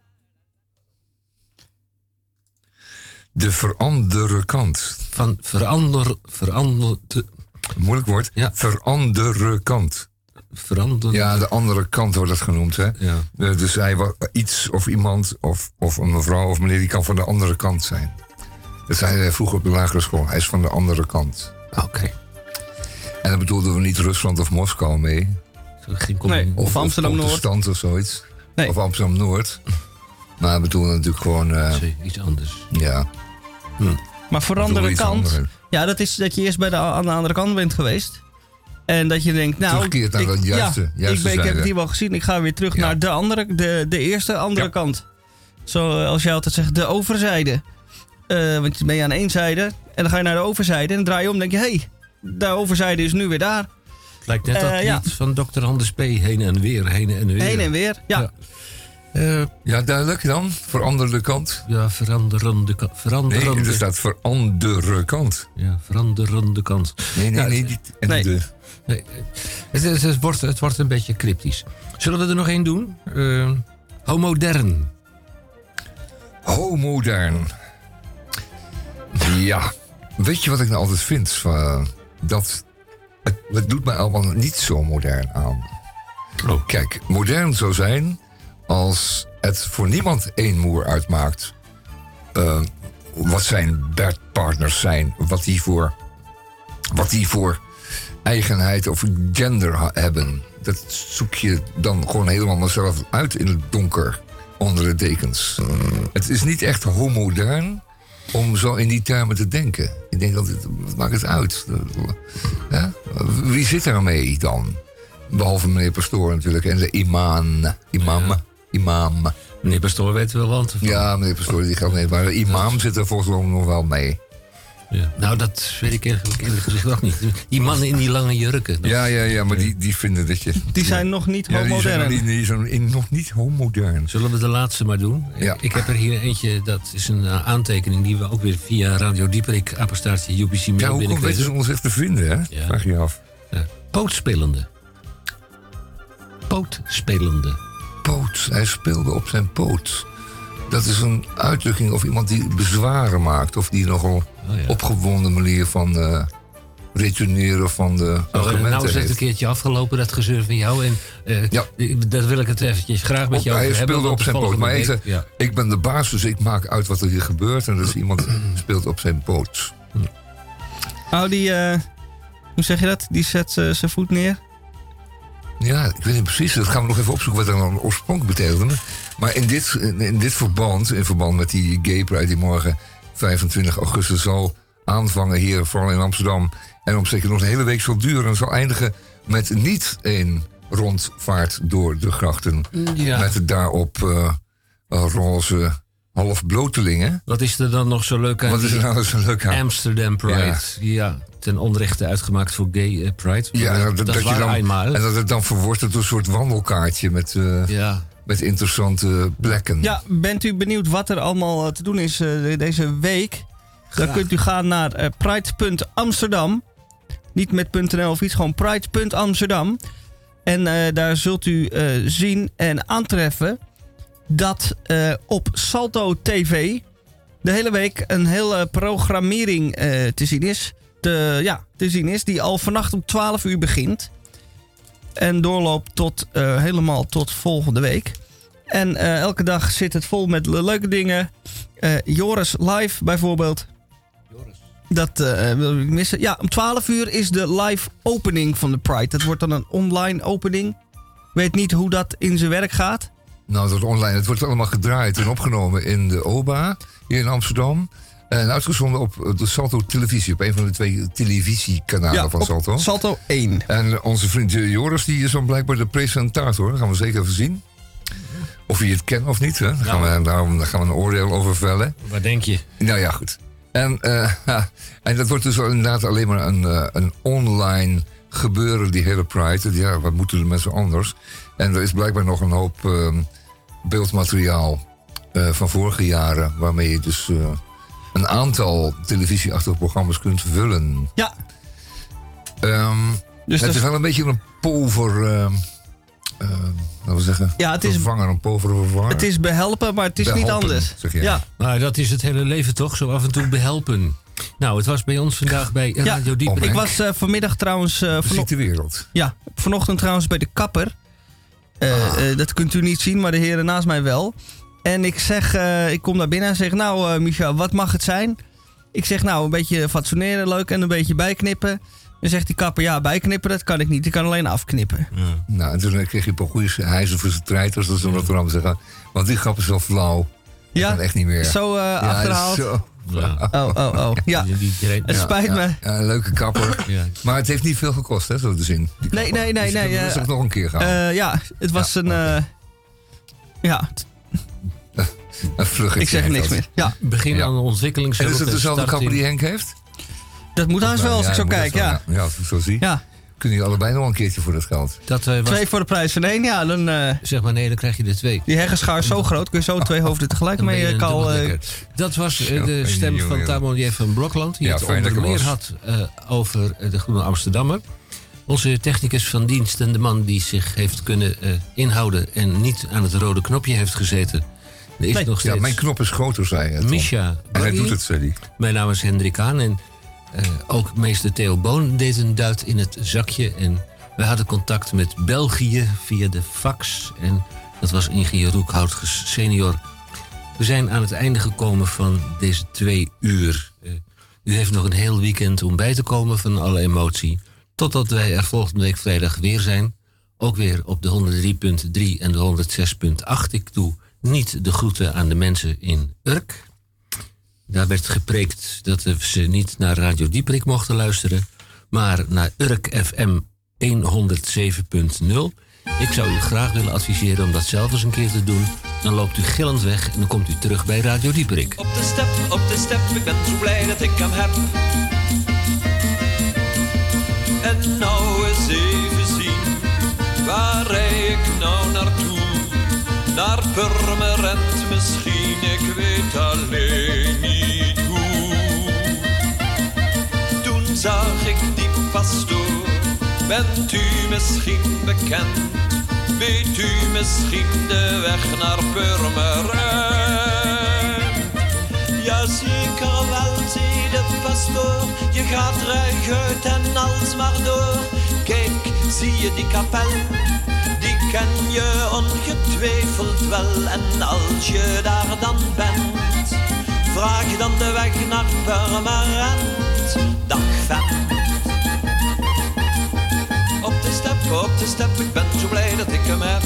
De verandere kant. Van veranderde... Moeilijk woord. Ja. Verandere kant. Ja, de andere kant wordt dat genoemd, hè? Ja. Dus hij iets of iemand of een mevrouw of meneer, die kan van de andere kant zijn. Dat zei hij vroeger op de lagere school. Hij is van de andere kant. Oké. En dan bedoelden we niet Rusland of Moskou mee. Nee, of Amsterdam-Noord. Protestant of zoiets. Nee. Of Amsterdam-Noord. Maar we bedoelen natuurlijk gewoon... iets anders. Ja. Maar veranderde kant... Ja, dat is dat je eerst aan de andere kant bent geweest. En dat je denkt, nou... Terugkeert naar dat juiste ik heb het hier wel gezien. Ik ga weer terug naar de eerste andere kant. Zoals jij altijd zegt, de overzijde. Want je ben je aan één zijde. En dan ga je naar de overzijde. En dan draai je om en denk je, hé, de overzijde is nu weer daar. Het lijkt net dat lied van Dr. Anders P. Heen en weer, heen en weer. Heen en weer, ja. Ja, duidelijk dan. Veranderde kant. Ja, veranderende kant. Nee, er staat verandere kant. Ja, veranderende kant. Nee. Het wordt een beetje cryptisch. Zullen we er nog één doen? Homodern. Homodern. Ja. Weet je wat ik nou altijd vind? Het doet mij allemaal niet zo modern aan. Oh. Kijk, modern zou zijn als het voor niemand één moer uitmaakt wat zijn bedpartners zijn, wat die voor eigenheid of gender hebben. Dat zoek je dan gewoon helemaal vanzelf uit in het donker onder de dekens. Het is niet echt homodern om zo in die termen te denken. Ik denk dat wat maakt het uit? Wie zit er mee dan? Behalve meneer Pastoor natuurlijk en de imam. Meneer Pastoor weet wel wat. Ja, meneer Pastoor die gaat mee. Maar de imam zit er volgens mij nog wel mee. Ja. Nou, dat weet ik eerlijk gezegd ook niet. Die mannen in die lange jurken. Ja, maar die vinden dat je... Die zijn nog niet homodern. Die zijn nog niet homodern. Zullen we de laatste maar doen? Ja. Ik heb er hier eentje, dat is een aantekening die we ook weer via Radio Dieperik, apenstaartje UPC mail hoe binnenkregen. weten ze ons echt te vinden, hè? Ja. Vraag je af. Pootspelende. Poot. Hij speelde op zijn poot. Dat is een uitdrukking of iemand die bezwaren maakt. Of die nogal opgewonden manier van retourneren van de argumenten Nou is het heeft. een keertje afgelopen, dat gezeur van jou. En dat wil ik het eventjes graag met jou over hebben. Hij speelde op zijn poot. Maar week, ik ben de baas, dus ik maak uit wat er hier gebeurt. En dus iemand speelt op zijn poot. Oh, hoe zeg je dat? Die zet zijn voet neer. Ja, ik weet niet precies. Dat gaan we nog even opzoeken wat dat dan oorspronkelijk betekende. Maar in dit verband, in verband met die Gay Pride die morgen 25 augustus zal aanvangen hier, vooral in Amsterdam. En om zeker nog een hele week zal duren en zal eindigen met niet één rondvaart door de grachten. Ja. Met daarop roze halfblotelingen. Wat is er dan nog zo leuk aan? Wat is er nou zo leuk aan? Amsterdam Pride. Ja, ten onrechte uitgemaakt voor Gay Pride. Ja, dat is waar eenmaal. En dat het dan verworst tot een soort wandelkaartje met interessante plekken. Ja, bent u benieuwd wat er allemaal te doen is deze week? Graag. Dan kunt u gaan naar pride.amsterdam. Niet met .nl of iets, gewoon pride.amsterdam. En daar zult u zien en aantreffen dat op Salto TV de hele week een hele programmering te zien is. Die al vannacht om 12 uur begint. En doorloopt tot, helemaal tot volgende week. En elke dag zit het vol met leuke dingen. Joris Live bijvoorbeeld. Dat wil ik missen. Ja, om 12 uur is de live opening van de Pride. Dat wordt dan een online opening. Ik weet niet hoe dat in zijn werk gaat. Nou, dat online. Het wordt allemaal gedraaid en opgenomen in de OBA hier in Amsterdam. En uitgezonden op de Salto Televisie. Op een van de 2 televisiekanalen van Salto. Salto 1. En onze vriend Joris die is dan blijkbaar de presentator. Dat gaan we zeker even zien. Of je het kent of niet. Hè? Daar gaan we een oordeel over vellen. Wat denk je? Nou ja, goed. En dat wordt dus inderdaad alleen maar een online gebeuren, die hele Pride. Ja, wat moeten de mensen anders? En er is blijkbaar nog een hoop beeldmateriaal van vorige jaren, waarmee je dus een aantal televisieachtige programma's kunt vullen. Ja. Dus het is wel een beetje een pover... laten we zeggen, ja, het is vervanger, een povere vervanger. Het is behelpen, maar het is niet anders. Zeg je. Ja. Nou, dat is het hele leven toch, zo af en toe behelpen. Nou, het was bij ons vandaag bij Radio Dieperik. Ik was vanmiddag trouwens... ziet de wereld. Ja, vanochtend trouwens bij de kapper. Dat kunt u niet zien, maar de heren naast mij wel. En ik zeg, ik kom daar binnen en zeg... Nou, Michel, wat mag het zijn? Ik zeg, nou, een beetje fatsoeneren, leuk en een beetje bijknippen. Dan zegt die kapper, ja, bijknippen, dat kan ik niet. Ik kan alleen afknippen. Ja. Nou, en toen kreeg je een paar goede hijzen voor zijn treiters, dat ze in Rotterdam zeggen. Want die grap is wel flauw. Dat kan echt niet meer. Zo achterhaald. Zo. Ja. Oh. Ja, het spijt me. Ja, een leuke kapper. Ja. Maar het heeft niet veel gekost, hè, zo te zien. Nee. Dus dat is ook nog een keer gaan. Ja, het was een... een vluggetje. Ik zeg niks meer. Ja. Begin aan de ontwikkelingshulp. En is het dezelfde kapper die Henk heeft? Dat moet haast wel, als ik zo kijk, ja. Ja, als ik zo zie. Ja. Kunnen jullie allebei nog een keertje voor dat geld? 2 voor de prijs van 1, ja. Dan, zeg maar nee, dan krijg je er 2. Die heggenschaar is zo groot, kun je zo 2 hoofden tegelijk mee kallen. Dat was de stem van Tamon van Blokland. Die het onder meer had over de Groene Amsterdammer. Onze technicus van dienst en de man die zich heeft kunnen inhouden... en niet aan het rode knopje heeft gezeten... Is nog steeds mijn knop is groter, zei hij. Misha. En hij doet het, zei hij. Mijn naam is Hendrik Haan en ook meester Theo Boon deed een duit in het zakje. En we hadden contact met België via de fax. En dat was ingenieur Roekhoutges senior. We zijn aan het einde gekomen van deze 2 uur. U heeft nog een heel weekend om bij te komen van alle emotie. Totdat wij er volgende week vrijdag weer zijn. Ook weer op de 103.3 en de 106.8. Ik doe niet de groeten aan de mensen in Urk. Daar werd gepreekt dat ze niet naar Radio Dieperik mochten luisteren, maar naar Urk FM 107.0. Ik zou u graag willen adviseren om dat zelf eens een keer te doen. Dan loopt u gillend weg en dan komt u terug bij Radio Dieperik. Op de step, ik ben zo blij dat ik hem heb. En nou eens even zien, waar rij ik nou naartoe? Naar Purmerend misschien, ik weet alleen niet hoe. Toen zag ik die pastoor, bent u misschien bekend? Weet u misschien de weg naar Purmerend? Jazeker wel, zei de pastoor, je gaat ruiguit en alsmaar door. Kijk, zie je die kapel? Die ken je ongetwijfeld wel. En als je daar dan bent, vraag dan de weg naar Purmerend. Dag vent. Op de step, ik ben zo blij dat ik hem heb.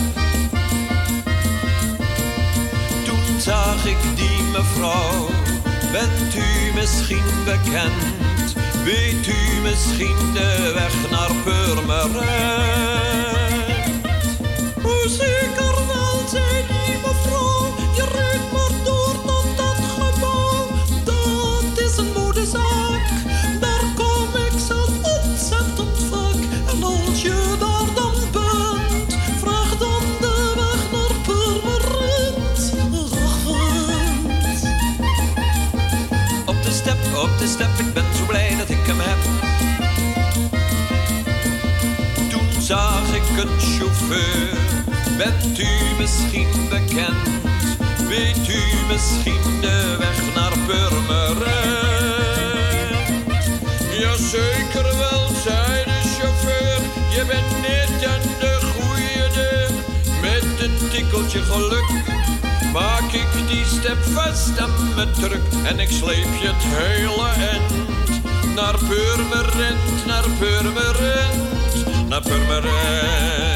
Toen zag ik die mevrouw, bent u misschien bekend? Weet u misschien de weg naar Purmerend? Hoe zeker wel, zei die mevrouw, je rijdt maar door tot dat gebouw. Dat is een modezaak, daar kom ik zelf ontzettend vaak. En als je daar dan bent, vraag dan de weg naar Purmerend. Op de step, ik ben zo blij dat ik hem heb. Toen zag ik een chauffeur, bent u misschien bekend? Weet u misschien de weg naar Purmerend? Jazeker wel, zei de chauffeur, je bent niet en tikkeltje geluk. Maak ik die step vast en me druk en ik sleep je het hele end. Naar Purmerend, naar Purmerend, naar Purmerend.